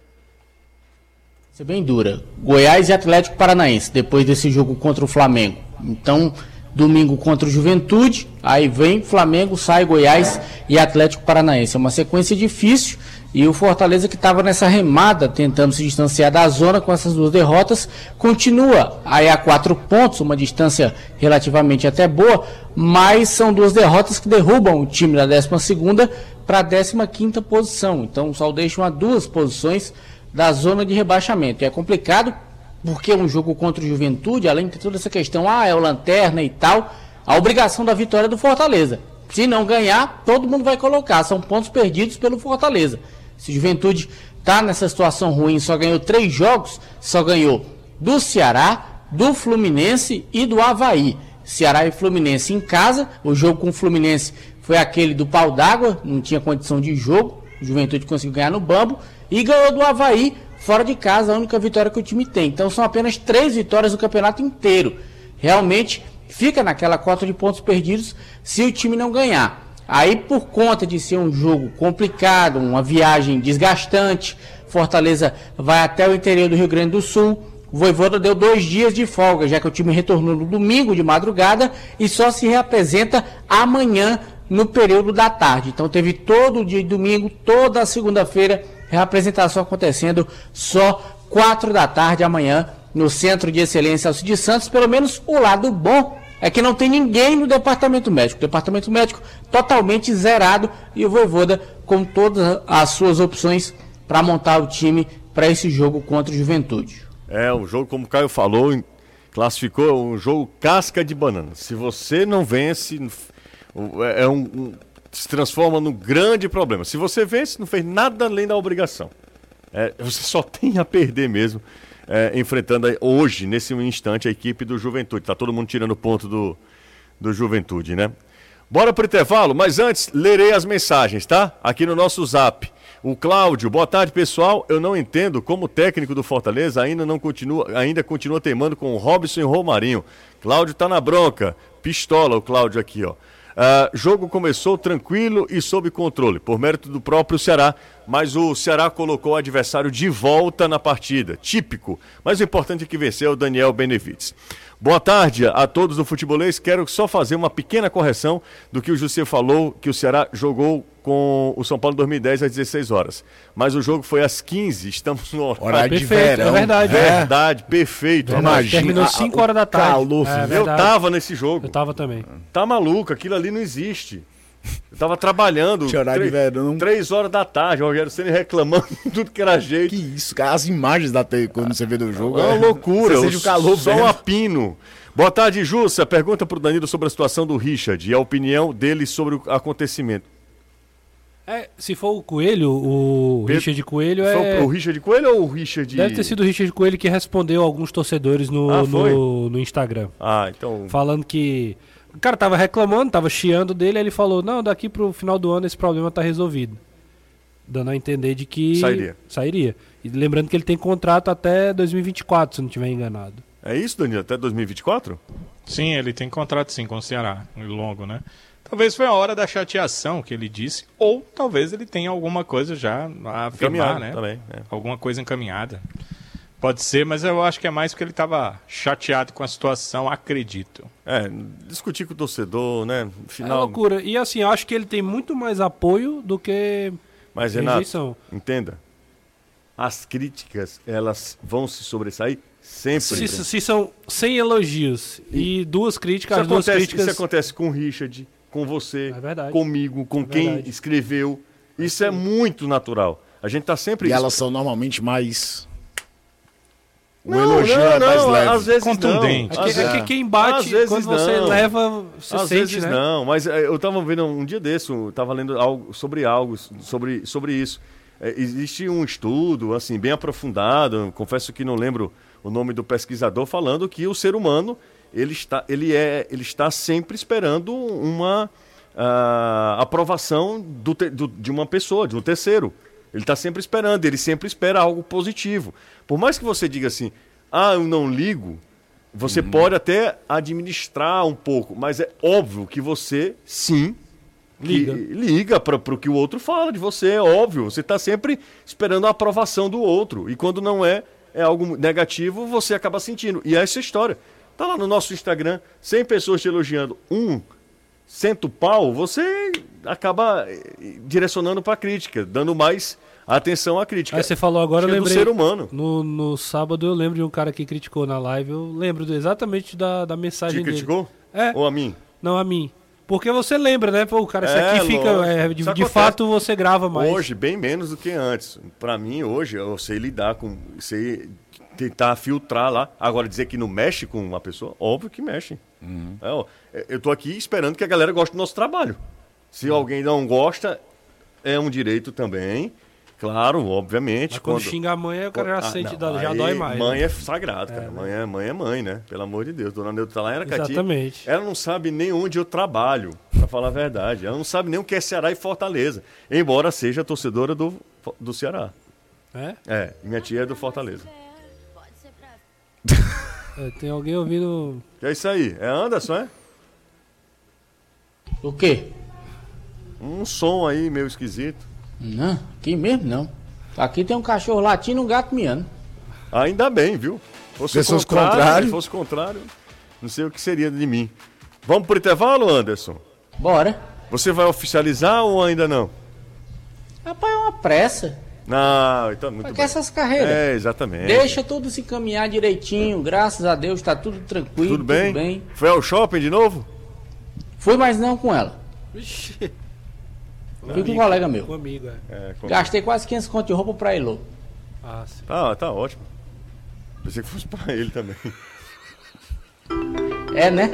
Isso é bem dura. Goiás e Atlético Paranaense, depois desse jogo contra o Flamengo. Então, domingo contra o Juventude, aí vem Flamengo, sai Goiás e Atlético Paranaense. É uma sequência difícil e o Fortaleza, que estava nessa remada tentando se distanciar da zona com essas 2 derrotas, continua aí a 4 pontos, uma distância relativamente até boa, mas são 2 derrotas que derrubam o time da 12ª para a 15ª posição. Então só deixam a 2 posições da zona de rebaixamento. E é complicado porque um jogo contra o Juventude, além de toda essa questão, é o lanterna e tal, a obrigação da vitória é do Fortaleza. Se não ganhar, todo mundo vai colocar, são pontos perdidos pelo Fortaleza. Se o Juventude está nessa situação ruim, só ganhou 3 jogos, só ganhou do Ceará, do Fluminense e do Avaí. Ceará e Fluminense em casa, o jogo com o Fluminense foi aquele do pau d'água, não tinha condição de jogo, o Juventude conseguiu ganhar no bambo, e ganhou do Avaí, fora de casa, a única vitória que o time tem. Então são apenas 3 vitórias no campeonato inteiro. Realmente fica naquela cota de pontos perdidos se o time não ganhar. Aí, por conta de ser um jogo complicado, uma viagem desgastante, Fortaleza vai até o interior do Rio Grande do Sul. O Vojvoda deu 2 dias de folga, já que o time retornou no domingo de madrugada e só se reapresenta amanhã no período da tarde. Então teve todo o dia de domingo, toda a segunda-feira, reapresentação acontecendo só 4 da tarde amanhã no Centro de Excelência Alcides Santos. Pelo menos o lado bom é que não tem ninguém no departamento médico. O departamento médico totalmente zerado e o Vojvoda com todas as suas opções para montar o time para esse jogo contra o Juventude. Um jogo, como o Caio falou, classificou um jogo casca de banana. Se você não vence, se transforma num grande problema. Se você vence, não fez nada além da obrigação. Você só tem a perder mesmo, enfrentando hoje, nesse instante, a equipe do Juventude. Tá todo mundo tirando ponto do Juventude, né? Bora pro intervalo, mas antes, lerei as mensagens, tá? Aqui no nosso Zap. O Cláudio, boa tarde, pessoal. Eu não entendo como o técnico do Fortaleza ainda continua teimando com o Robson e o Romarinho. Cláudio tá na bronca. Pistola o Cláudio aqui, ó. Jogo começou tranquilo e sob controle, por mérito do próprio Ceará, mas o Ceará colocou o adversário de volta na partida, típico, mas o importante é que venceu o Daniel Benevides. Boa tarde a todos do Futebolês, quero só fazer uma pequena correção do que o José falou, que o Ceará jogou com o São Paulo em 2010 às 16 horas, mas o jogo foi às 15, estamos no horário de verão. É verdade. Verdade, perfeito. Terminou 5 horas da tarde. Eu tava nesse jogo. Eu tava também. Tá maluco, aquilo ali não existe. Eu tava trabalhando 3 horas da tarde, o Rogério Ceni reclamando tudo que era jeito. Que isso, cara, as imagens da TV quando você vê do jogo. É uma loucura, você sente o calor só um apino. Boa tarde, Jussa. Pergunta pro Danilo sobre a situação do Richard e a opinião dele sobre o acontecimento. Se for o Coelho, o Richard Coelho o Richard Coelho ou o Richard... Deve ter sido o Richard Coelho que respondeu a alguns torcedores no Instagram. Então... Falando que... O cara tava reclamando, tava chiando dele, aí ele falou, não, daqui pro final do ano esse problema tá resolvido. Dando a entender de que... Sairia. E lembrando que ele tem contrato até 2024, se não estiver enganado. É isso, Danilo? Até 2024? Sim, ele tem contrato sim com o Ceará, longo, né? Talvez foi a hora da chateação que ele disse, ou talvez ele tenha alguma coisa já a afirmar, né? Também, Alguma coisa encaminhada. Pode ser, mas eu acho que é mais porque ele estava chateado com a situação, acredito. Discutir com o torcedor, né? Final... É loucura. E assim, eu acho que ele tem muito mais apoio do que Mas, rejeição. Renato, entenda. As críticas, elas vão se sobressair sempre. Se são 100 elogios e 2 críticas, as 2 críticas... Isso acontece com o Richard, com você, verdade. comigo, com quem escreveu. Isso é muito natural. A gente tá sempre... E elas são normalmente mais... O Não, elogio é mais leve. às vezes Contundente. não. É que quem bate, quando você leva, você às sente, vezes né? não, mas eu tava vendo um dia desse, eu tava lendo algo sobre isso. Existe um estudo, assim, bem aprofundado, confesso que não lembro o nome do pesquisador, falando que o ser humano, ele está sempre esperando uma aprovação de uma pessoa, de um terceiro. Ele está sempre esperando, ele sempre espera algo positivo. Por mais que você diga assim, eu não ligo, você pode até administrar um pouco, mas é óbvio que você, sim, liga para o que o outro fala de você, é óbvio. Você está sempre esperando a aprovação do outro. E quando não é algo negativo, você acaba sentindo. E é essa história. Tá lá no nosso Instagram, 100 pessoas te elogiando, 100 pau, você acaba direcionando para a crítica, dando mais atenção à crítica. Aí você falou agora, eu lembrei. Do ser humano. No sábado eu lembro de um cara que criticou na live, eu lembro exatamente da mensagem dele. Te criticou? É. Ou a mim? Não, a mim. Porque você lembra, né? Pô, cara, isso aqui fica... de fato você grava mais. Hoje, bem menos do que antes. Para mim, hoje, eu sei lidar com... tentar filtrar lá. Agora, dizer que não mexe com uma pessoa, óbvio que mexe. Eu tô aqui esperando que a galera goste do nosso trabalho. Se alguém não gosta, é um direito também. Claro, obviamente. Mas quando xinga a mãe, o cara já sente, já dói mais. Mãe né? é sagrado, cara. Mãe é mãe, né? Pelo amor de Deus. Dona Neutra tá lá em Aracati. Exatamente. Ela não sabe nem onde eu trabalho, pra falar a verdade. Ela não sabe nem o que é Ceará e Fortaleza. Embora seja torcedora do Ceará. É? Minha tia é do Fortaleza. Tem alguém ouvindo... É isso aí. É Anderson, é? O quê? Um som aí meio esquisito. Não, aqui mesmo não. Aqui tem um cachorro latindo e um gato miando. Ainda bem, viu? Se fosse contrário, não sei o que seria de mim. Vamos pro intervalo, Anderson? Bora. Você vai oficializar ou ainda não? Rapaz, é uma pressa. Não, então muito Pra que bem. essas carreiras? Exatamente. Deixa tudo se caminhar direitinho, graças a Deus, tá tudo tranquilo, Tudo bem? Foi ao shopping de novo? Fui, mas não com ela. Vixe. Fui com um colega meu. Com amigo, Gastei quase 500 conto de roupa pra Elô. Sim. Tá ótimo. Pensei que fosse pra ele também. É, né?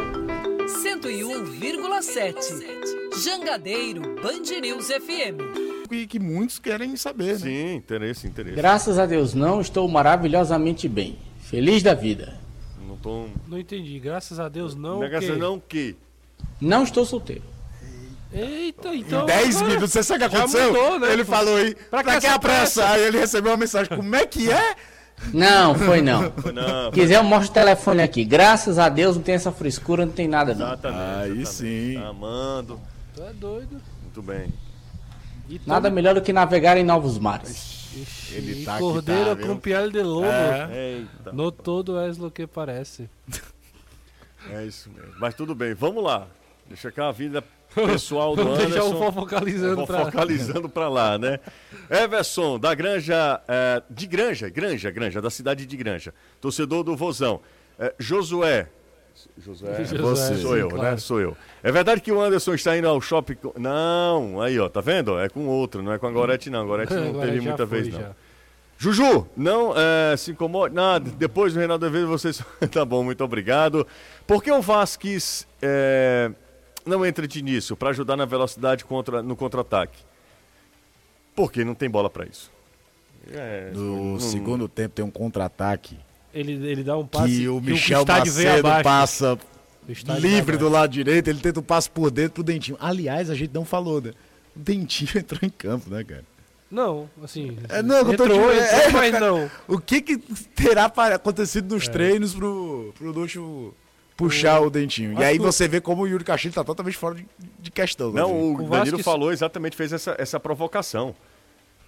101,7. Jangadeiro Band News FM. Que muitos querem saber, né? Sim, interesse. Graças a Deus não, estou maravilhosamente bem. Feliz da vida. Não entendi. Graças a Deus não. Graças a Deus não o quê? Não estou solteiro. Eita, então... Em 10 minutos, você sabe o que aconteceu? Mudou, né? Ele falou aí, pra que a pressa? Aí ele recebeu uma mensagem, como é que é? Não, foi não. Não. Quiser eu mostro o telefone aqui. Graças a Deus não tem essa frescura, não tem nada não. Exatamente. Sim. Tá amando. Tu é doido. Muito bem. Nada melhor do que navegar em novos mares. Ele tá que cordeiro tá, com piel de lobo. Eita. No todo és lo que parece. É isso mesmo. Mas tudo bem, vamos lá. Deixa cá a vida pessoal do Anderson. Deixar o focalizando pra lá, né? Everson, da Granja, Granja, da cidade de Granja. Torcedor do Vozão. Josué, Josué, sou eu, claro. né? Sou eu. É verdade que o Anderson está indo ao shopping... Não, aí ó, tá vendo? É com outro, não é com a Gorete não. A Gorete não teve muita vez não. Juju, não se incomode. Nada, depois do Reinaldo Azevedo vocês... Tá bom, muito obrigado. Por que o Vasquez não entra nisso para ajudar na velocidade no contra-ataque? Porque não tem bola para isso. No segundo tempo tem um contra-ataque. Ele dá um passe que o Michel Macedo passa livre do lado direito, ele tenta um passe por dentro pro Dentinho. Aliás, a gente não falou, né? O Dentinho entrou em campo, né, cara? Não, assim... entrou, mas não. O que terá acontecido nos treinos pro Luxo puxar o Dentinho? E aí você vê como o Yuri Castilho tá totalmente fora de questão. Não, o Danilo falou exatamente, fez essa provocação.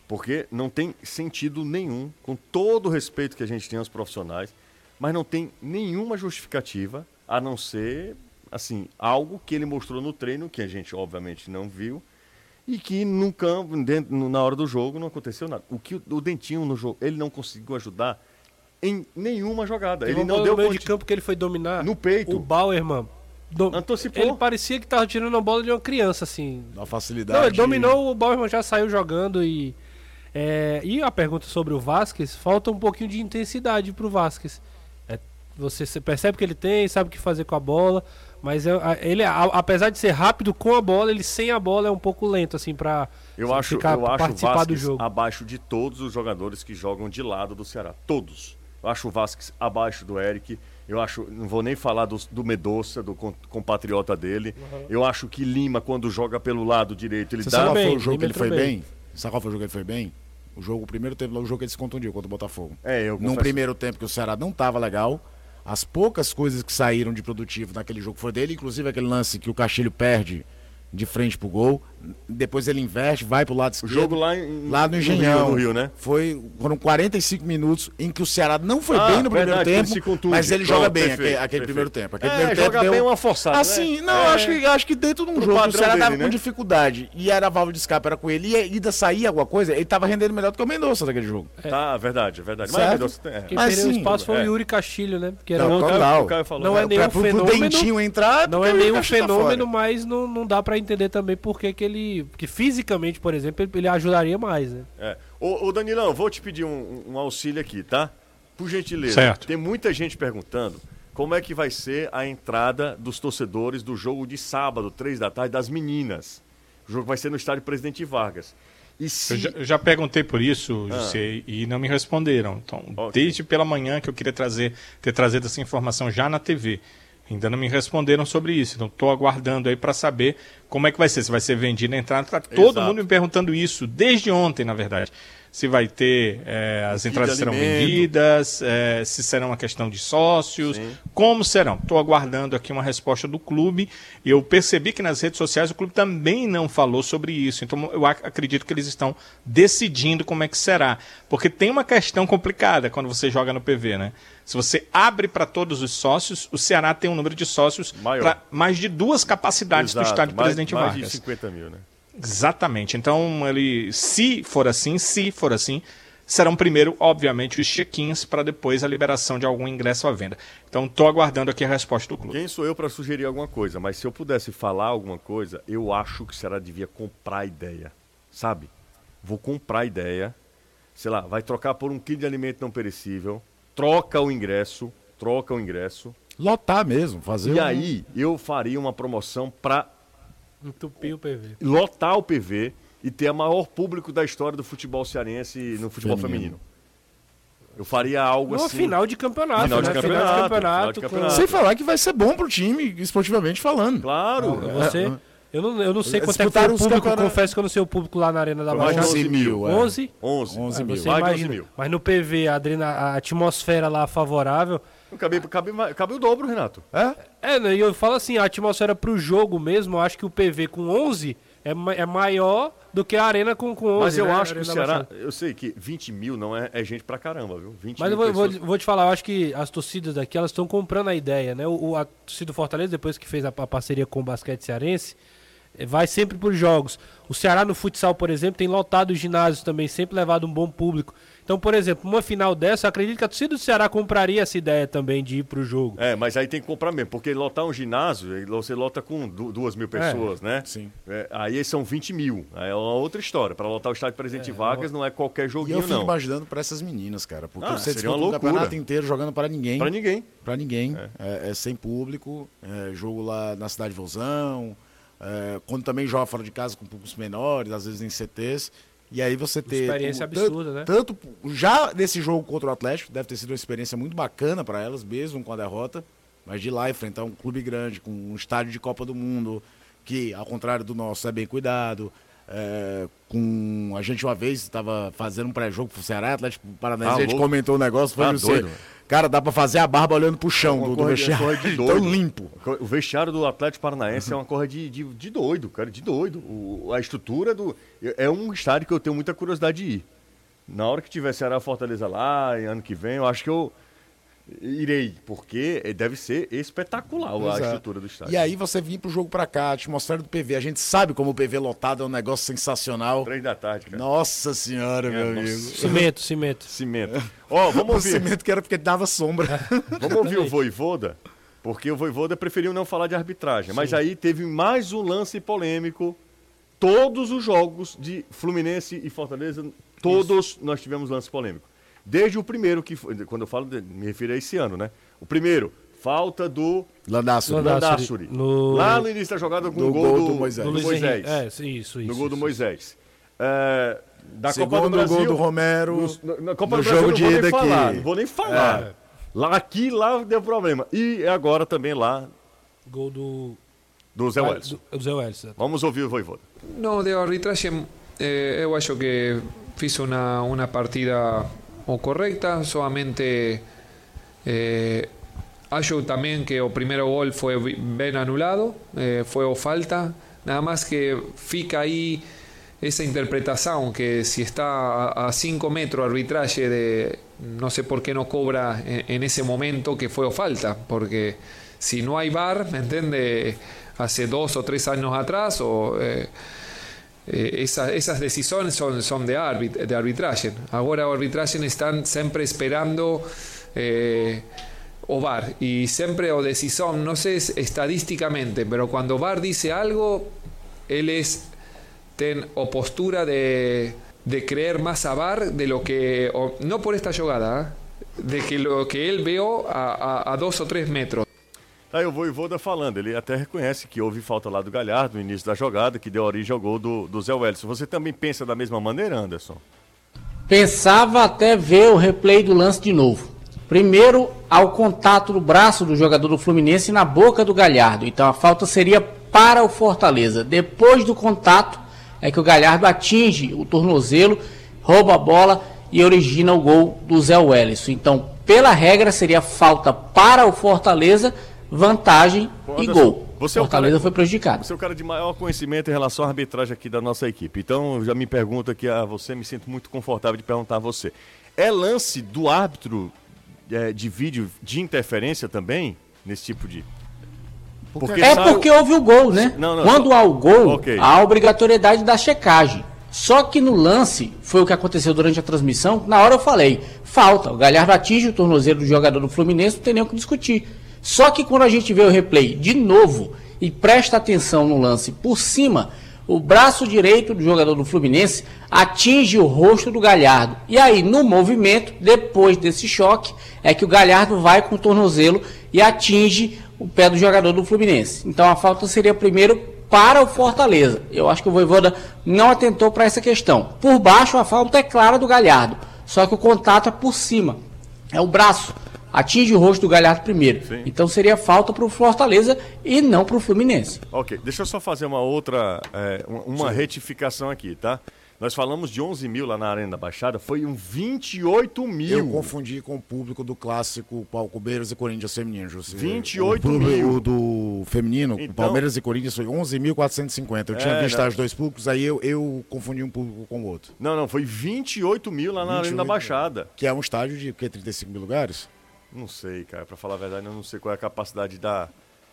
Porque não tem sentido nenhum, com todo o respeito que a gente tem aos profissionais, mas não tem nenhuma justificativa, a não ser, assim, algo que ele mostrou no treino, que a gente obviamente não viu, e que no campo, na hora do jogo, não aconteceu nada. O que o Dentinho no jogo, ele não conseguiu ajudar em nenhuma jogada. Ele não deu no meio de campo que ele foi dominar. No peito. O Bauer, mano. Antecipou. Ele parecia que tava tirando a bola de uma criança, assim. Da facilidade. Não, ele dominou, o Bauer já saiu jogando e a pergunta sobre o Vasquez, falta um pouquinho de intensidade pro Vasquez. Você percebe que ele tem, sabe o que fazer com a bola, mas ele, apesar de ser rápido com a bola, ele sem a bola é um pouco lento, assim, pra participar o do jogo. Abaixo de todos os jogadores que jogam de lado do Ceará. Todos. Eu acho o Vasquez abaixo do Eric. Eu acho, não vou nem falar do Medoça, do compatriota dele. Uhum. Eu acho que Lima, quando joga pelo lado direito, ele dá... Sabe qual foi o jogo que ele foi bem? Sabe qual foi o jogo que ele foi bem? O primeiro tempo, o jogo que ele se contundiu contra o Botafogo. Num primeiro tempo que o Ceará não tava legal, as poucas coisas que saíram de produtivo naquele jogo foi dele, inclusive aquele lance que o Castilho perde de frente pro gol, depois ele inverte, vai pro lado esquerdo. O jogo lá no Engenhão. No Rio, né? Foram 45 minutos em que o Ceará não foi bem no primeiro tempo, mas ele joga bem aquele primeiro tempo. Aquele primeiro tempo joga bem uma forçada, assim, né? Acho que dentro de um jogo o Ceará tava com dificuldade e era a válvula de escape, era com ele, e ainda saía alguma coisa, ele tava rendendo melhor do que o Mendonça naquele jogo. Tá, verdade. Mas o Mendonça quem perdeu o espaço foi o Yuri Castilho, né? Que era o Caio falou. Não é nenhum fenômeno. Pro Dentinho entrar, não é nenhum fenômeno, mas não dá pra entender também porque fisicamente, por exemplo, ele ajudaria mais, né? Ô Danilão, vou te pedir um auxílio aqui, tá? Por gentileza. Certo. Tem muita gente perguntando como é que vai ser a entrada dos torcedores do jogo de sábado, 3 da tarde, das meninas. O jogo vai ser no estádio Presidente Vargas. Eu já perguntei por isso, José, e não me responderam. Então, desde pela manhã que eu queria ter trazido essa informação já na TV. Ainda não me responderam sobre isso, então estou aguardando aí para saber como é que vai ser. Se vai ser vendida a entrada, tá todo mundo me perguntando isso, desde ontem, na verdade. Se vai ter, as entradas serão vendidas, se será uma questão de sócios, como serão. Estou aguardando aqui uma resposta do clube. E eu percebi que nas redes sociais o clube também não falou sobre isso. Então eu acredito que eles estão decidindo como é que será. Porque tem uma questão complicada quando você joga no PV, né? Se você abre para todos os sócios, o Ceará tem um número de sócios para mais de 2 capacidades do estádio Presidente Vargas. Mais de 50 mil, né? Exatamente. Então, se for assim, serão primeiro, obviamente, os check-ins para depois a liberação de algum ingresso à venda. Então, estou aguardando aqui a resposta do clube. Quem sou eu para sugerir alguma coisa? Mas se eu pudesse falar alguma coisa, eu acho que o Ceará devia comprar a ideia, sabe? Vou comprar a ideia, sei lá, vai trocar por 1 quilo de alimento não perecível, troca o ingresso. Lotar mesmo, fazer. E aí, eu faria uma promoção para entupir o PV. Lotar o PV e ter o maior público da história do futebol cearense no futebol feminino. Eu faria algo assim. Final de campeonato. Final de campeonato. Sem falar que vai ser bom pro time, esportivamente falando. Claro. Eu não sei quanto é que foi o público, confesso que eu não sei o público lá na Arena da Baixada. 11 mil. 11? 11 mil. Mais de 11 mil. Mas no PV, a atmosfera lá favorável... Cabe o dobro, Renato. E eu falo assim, a atmosfera pro jogo mesmo, eu acho que o PV com 11 é maior do que a Arena com 11. Mas eu acho que o Ceará, eu sei que 20 mil não é gente pra caramba, viu? 20 mas mil eu vou te falar, eu acho que as torcidas daqui, elas estão comprando a ideia, né? A torcida do Fortaleza, depois que fez a parceria com o basquete cearense, vai sempre por jogos. O Ceará no futsal, por exemplo, tem lotado os ginásios também, sempre levado um bom público. Então, por exemplo, uma final dessa, eu acredito que a torcida do Ceará compraria essa ideia também de ir pro jogo. Mas aí tem que comprar mesmo, porque lotar um ginásio, você lota com 2 mil pessoas, né? Sim. Aí são 20 mil. Aí é uma outra história. Para lotar o estádio Presidente Vargas não é qualquer joguinho, não. E eu fico imaginando para essas meninas, cara. Porque você seria uma loucura. O campeonato inteiro jogando para ninguém. Para ninguém. É sem público, jogo lá na Cidade de Vozão, quando também joga fora de casa com públicos menores, às vezes em CTs. E aí você ter... Experiência absurda, né? Tanto já nesse jogo contra o Atlético, deve ter sido uma experiência muito bacana para elas, mesmo com a derrota, mas de lá enfrentar um clube grande, com um estádio de Copa do Mundo, que, ao contrário do nosso, é bem cuidado. com a gente uma vez, estava fazendo um pré-jogo pro Ceará, Atlético Paranaense, a gente louco. comentou o negócio, foi doido, cara, dá pra fazer a barba olhando pro chão do vestiário, de tão doido. limpo. O vestiário do Atlético Paranaense é uma coisa de doido, cara, de doido. A estrutura é um estádio que eu tenho muita curiosidade de ir. Na hora que tiver Ceará Fortaleza lá, ano que vem, eu acho que eu irei, porque deve ser espetacular a estrutura do estádio. E aí você vir pro jogo pra cá, a atmosfera do PV, a gente sabe como o PV lotado é um negócio sensacional. 3 da tarde, cara. Nossa senhora, meu amigo. Cimento. Ó, vamos O ouvir. cimento que era porque dava sombra. Vamos ouvir o Vojvoda, porque o Vojvoda preferiu não falar de arbitragem. Mas aí teve mais um lance polêmico. Todos os jogos de Fluminense e Fortaleza, todos nós tivemos lance polêmico. Desde o primeiro, que foi, quando eu falo, me refiro a esse ano, né? O primeiro, falta do Landassuri. Lá no início da jogada com o gol do Moisés. Isso. No gol do Moisés. Da Segundo Copa do Brasil. Gol do Romero. Na Copa no do Brasil jogo de ida aqui. Não vou nem falar. Lá deu problema. E agora também lá. Gol do Zé Welles. Vamos ouvir o Vojvoda. No, de arbitragem, eu acho que fiz uma partida correcta, solamente acho también que el primer gol fue bien anulado, fue falta, nada más que fica ahí esa interpretación que si está a 5 metros arbitraje de no sé por qué no cobra en ese momento que fue falta, porque si no hay VAR, ¿me entiende? Hace 2 o 3 años atrás esas decisiones son de arbitraje. Ahora los arbitrajes están siempre esperando o VAR y siempre o decisión, no sé estadísticamente, pero cuando VAR dice algo, él ten postura de creer más a VAR de lo que, no por esta jugada, de que lo que él veo a 2 o 3 metros. Aí o Vojvoda falando, ele até reconhece que houve falta lá do Galhardo no início da jogada, que deu origem ao gol do Zé Welles. Você também pensa da mesma maneira, Anderson? Pensava até ver o replay do lance de novo. Primeiro, ao contato do braço do jogador do Fluminense na boca do Galhardo. Então a falta seria para o Fortaleza. Depois do contato, é que o Galhardo atinge o tornozelo, rouba a bola e origina o gol do Zé Welles. Então, pela regra, seria falta para o Fortaleza, vantagem e gol. Fortaleza foi prejudicado. Você é o cara de maior conhecimento em relação à arbitragem aqui da nossa equipe. Então, já me pergunto aqui a você, me sinto muito confortável de perguntar a você. É lance do árbitro de vídeo de interferência também, nesse tipo de... Porque houve o gol, né? Quando há o gol, há a obrigatoriedade da checagem. Só que no lance, foi o que aconteceu durante a transmissão, na hora eu falei, falta, o Galhardo atinge o tornozelo do jogador do Fluminense, não tem nem o que discutir. Só que quando a gente vê o replay de novo e presta atenção no lance por cima, o braço direito do jogador do Fluminense atinge o rosto do Galhardo. E aí, no movimento, depois desse choque, é que o Galhardo vai com o tornozelo e atinge o pé do jogador do Fluminense. Então a falta seria primeiro para o Fortaleza. Eu acho que o Vojvoda não atentou para essa questão. Por baixo, a falta é clara do Galhardo, só que o contato é por cima. É o braço. Atinge o rosto do Galhardo primeiro. Sim. Então seria falta para o Fortaleza e não para o Fluminense. Ok, deixa eu só fazer uma outra, uma retificação aqui, tá? Nós falamos de 11 mil lá na Arena da Baixada, foi 28 mil. Eu confundi com o público do clássico Palmeiras e Corinthians feminino, José. 28 mil. O do feminino, então, Palmeiras e Corinthians foi 11.450. Eu tinha visto os dois públicos, aí eu confundi um público com o outro. Não, foi 28 mil lá na Arena da Baixada. Que é um estádio de 35 mil lugares? Não sei, cara, pra falar a verdade, eu não sei qual é a capacidade da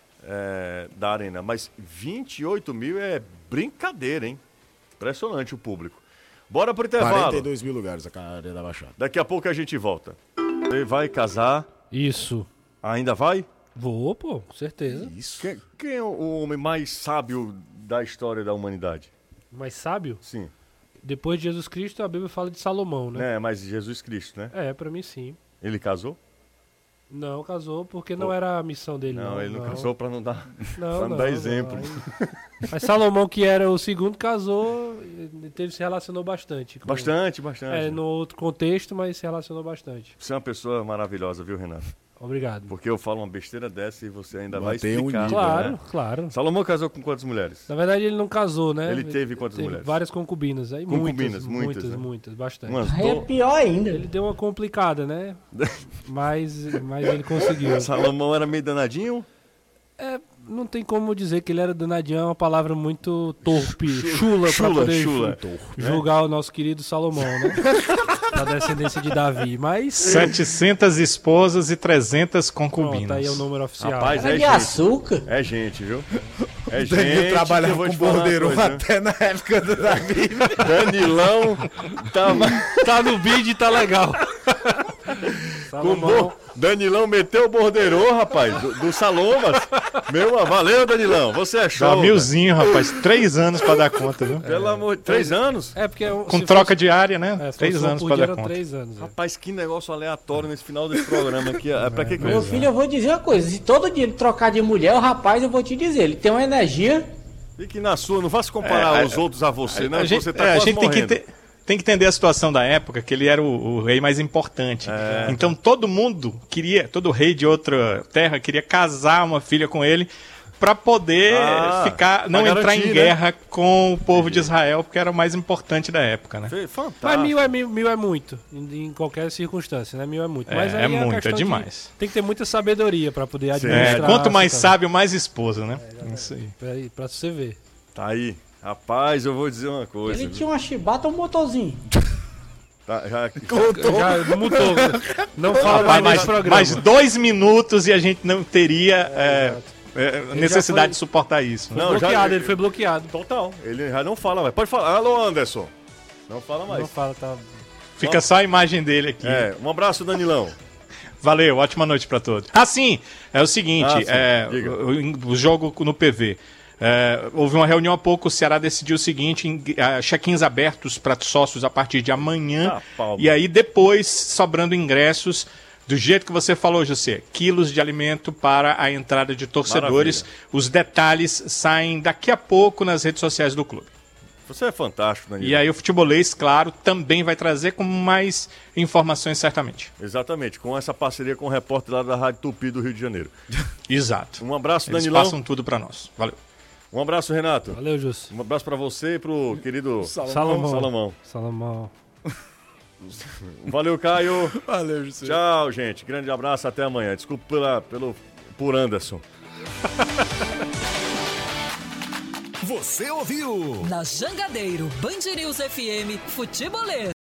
Arena, mas 28 mil é brincadeira, hein? Impressionante o público. Bora pro intervalo. 42 mil lugares a Arena da Baixada. Daqui a pouco a gente volta. Você vai casar? Isso. Ainda vai? Vou, pô, com certeza. Isso. Quem é o homem mais sábio da história da humanidade? Mais sábio? Sim. Depois de Jesus Cristo, a Bíblia fala de Salomão, né? Mas Jesus Cristo, né? Pra mim sim. Ele casou? Não, casou porque não era a missão dele. Não, ele não casou pra não dar, exemplo. Mas Salomão, que era o segundo, casou, se relacionou bastante. Bastante. No outro contexto, mas se relacionou bastante. Você é uma pessoa maravilhosa, viu, Renato? Obrigado. Porque eu falo uma besteira dessa e você ainda vai Mantém um explicar. nível, Claro, né? claro. Salomão casou com quantas mulheres? Na verdade, ele não casou, né? Ele teve quantas mulheres? Várias concubinas. Aí Concubinas, muitas, né? bastante. Umas Aí é pior ainda. Ele deu uma complicada, né? mas ele conseguiu. Salomão era meio danadinho? Não tem como dizer que ele era danadinho, é uma palavra muito torpe, chula pra poder julgar o nosso querido Salomão, né? Da descendência de Davi, mas... 700 esposas e 300 concubinas. Pronto, aí é o número oficial. Rapaz, Era de açúcar. É gente, viu? É O Danilo gente. trabalhava que eu vou com te falar uma bordeiro coisa, até na época do Davi. Danilão tava... Tá no bid e tá legal. Danilão meteu o borderô, rapaz, do Salomas. Valeu, Danilão, você é show. Dá milzinho, rapaz. 3 anos pra dar conta, viu? Pelo amor de 3 anos? É porque Com troca diária, né? 3 3 anos pra dar conta. 3 anos. Rapaz, que negócio aleatório nesse final desse programa aqui. Pra que Meu filho, eu vou dizer uma coisa. Se todo dia ele trocar de mulher, o rapaz, eu vou te dizer, ele tem uma energia... Fique na sua, não faça comparar os outros a você, né? Você tá a quase gente morrendo. tem que entender a situação da época, que ele era o rei mais importante. Então todo mundo queria, todo rei de outra terra queria casar uma filha com ele para poder não pra entrar garantir, em guerra com o povo de Israel, porque era o mais importante da época, né? Fantástico. Mas mil é muito, em qualquer circunstância, né? 1000 é muito. Mas aí é muito, questão é demais. Tem que ter muita sabedoria para poder administrar. Quanto mais sábio, mais esposa, né? Isso aí. Pra você ver. Tá aí. Rapaz, eu vou dizer uma coisa. Ele tinha uma chibata ou um motorzinho. Já Já mutou. Não fala mais nesse programa. Mais 2 minutos e a gente não teria necessidade de suportar isso. Foi bloqueado, ele foi bloqueado. Total. Ele já não fala mais. Pode falar. Alô, Anderson. Não fala mais. Não fala, tá... Fica só a imagem dele aqui. Um abraço, Danilão. Valeu, ótima noite pra todos. Sim, é o seguinte, o jogo no PV. Houve uma reunião há pouco, o Ceará decidiu o seguinte, check-ins abertos para sócios a partir de amanhã, e aí depois, sobrando ingressos, do jeito que você falou, José, quilos de alimento para a entrada de torcedores. Maravilha. Os detalhes saem daqui a pouco nas redes sociais do clube. Você é fantástico, Danilo. E aí o Futebolês, claro, também vai trazer com mais informações, certamente. Exatamente, com essa parceria com o repórter lá da Rádio Tupi do Rio de Janeiro. Exato. Um abraço, Eles Danilão. passam tudo para nós. Valeu. Um abraço, Renato. Valeu, Jus. Um abraço para você e pro querido Salomão. Valeu, Caio. Valeu, José. Tchau, gente. Grande abraço, até amanhã. Desculpa por Anderson. Você ouviu? Na Jangadeiro, Band News FM, Futebolês.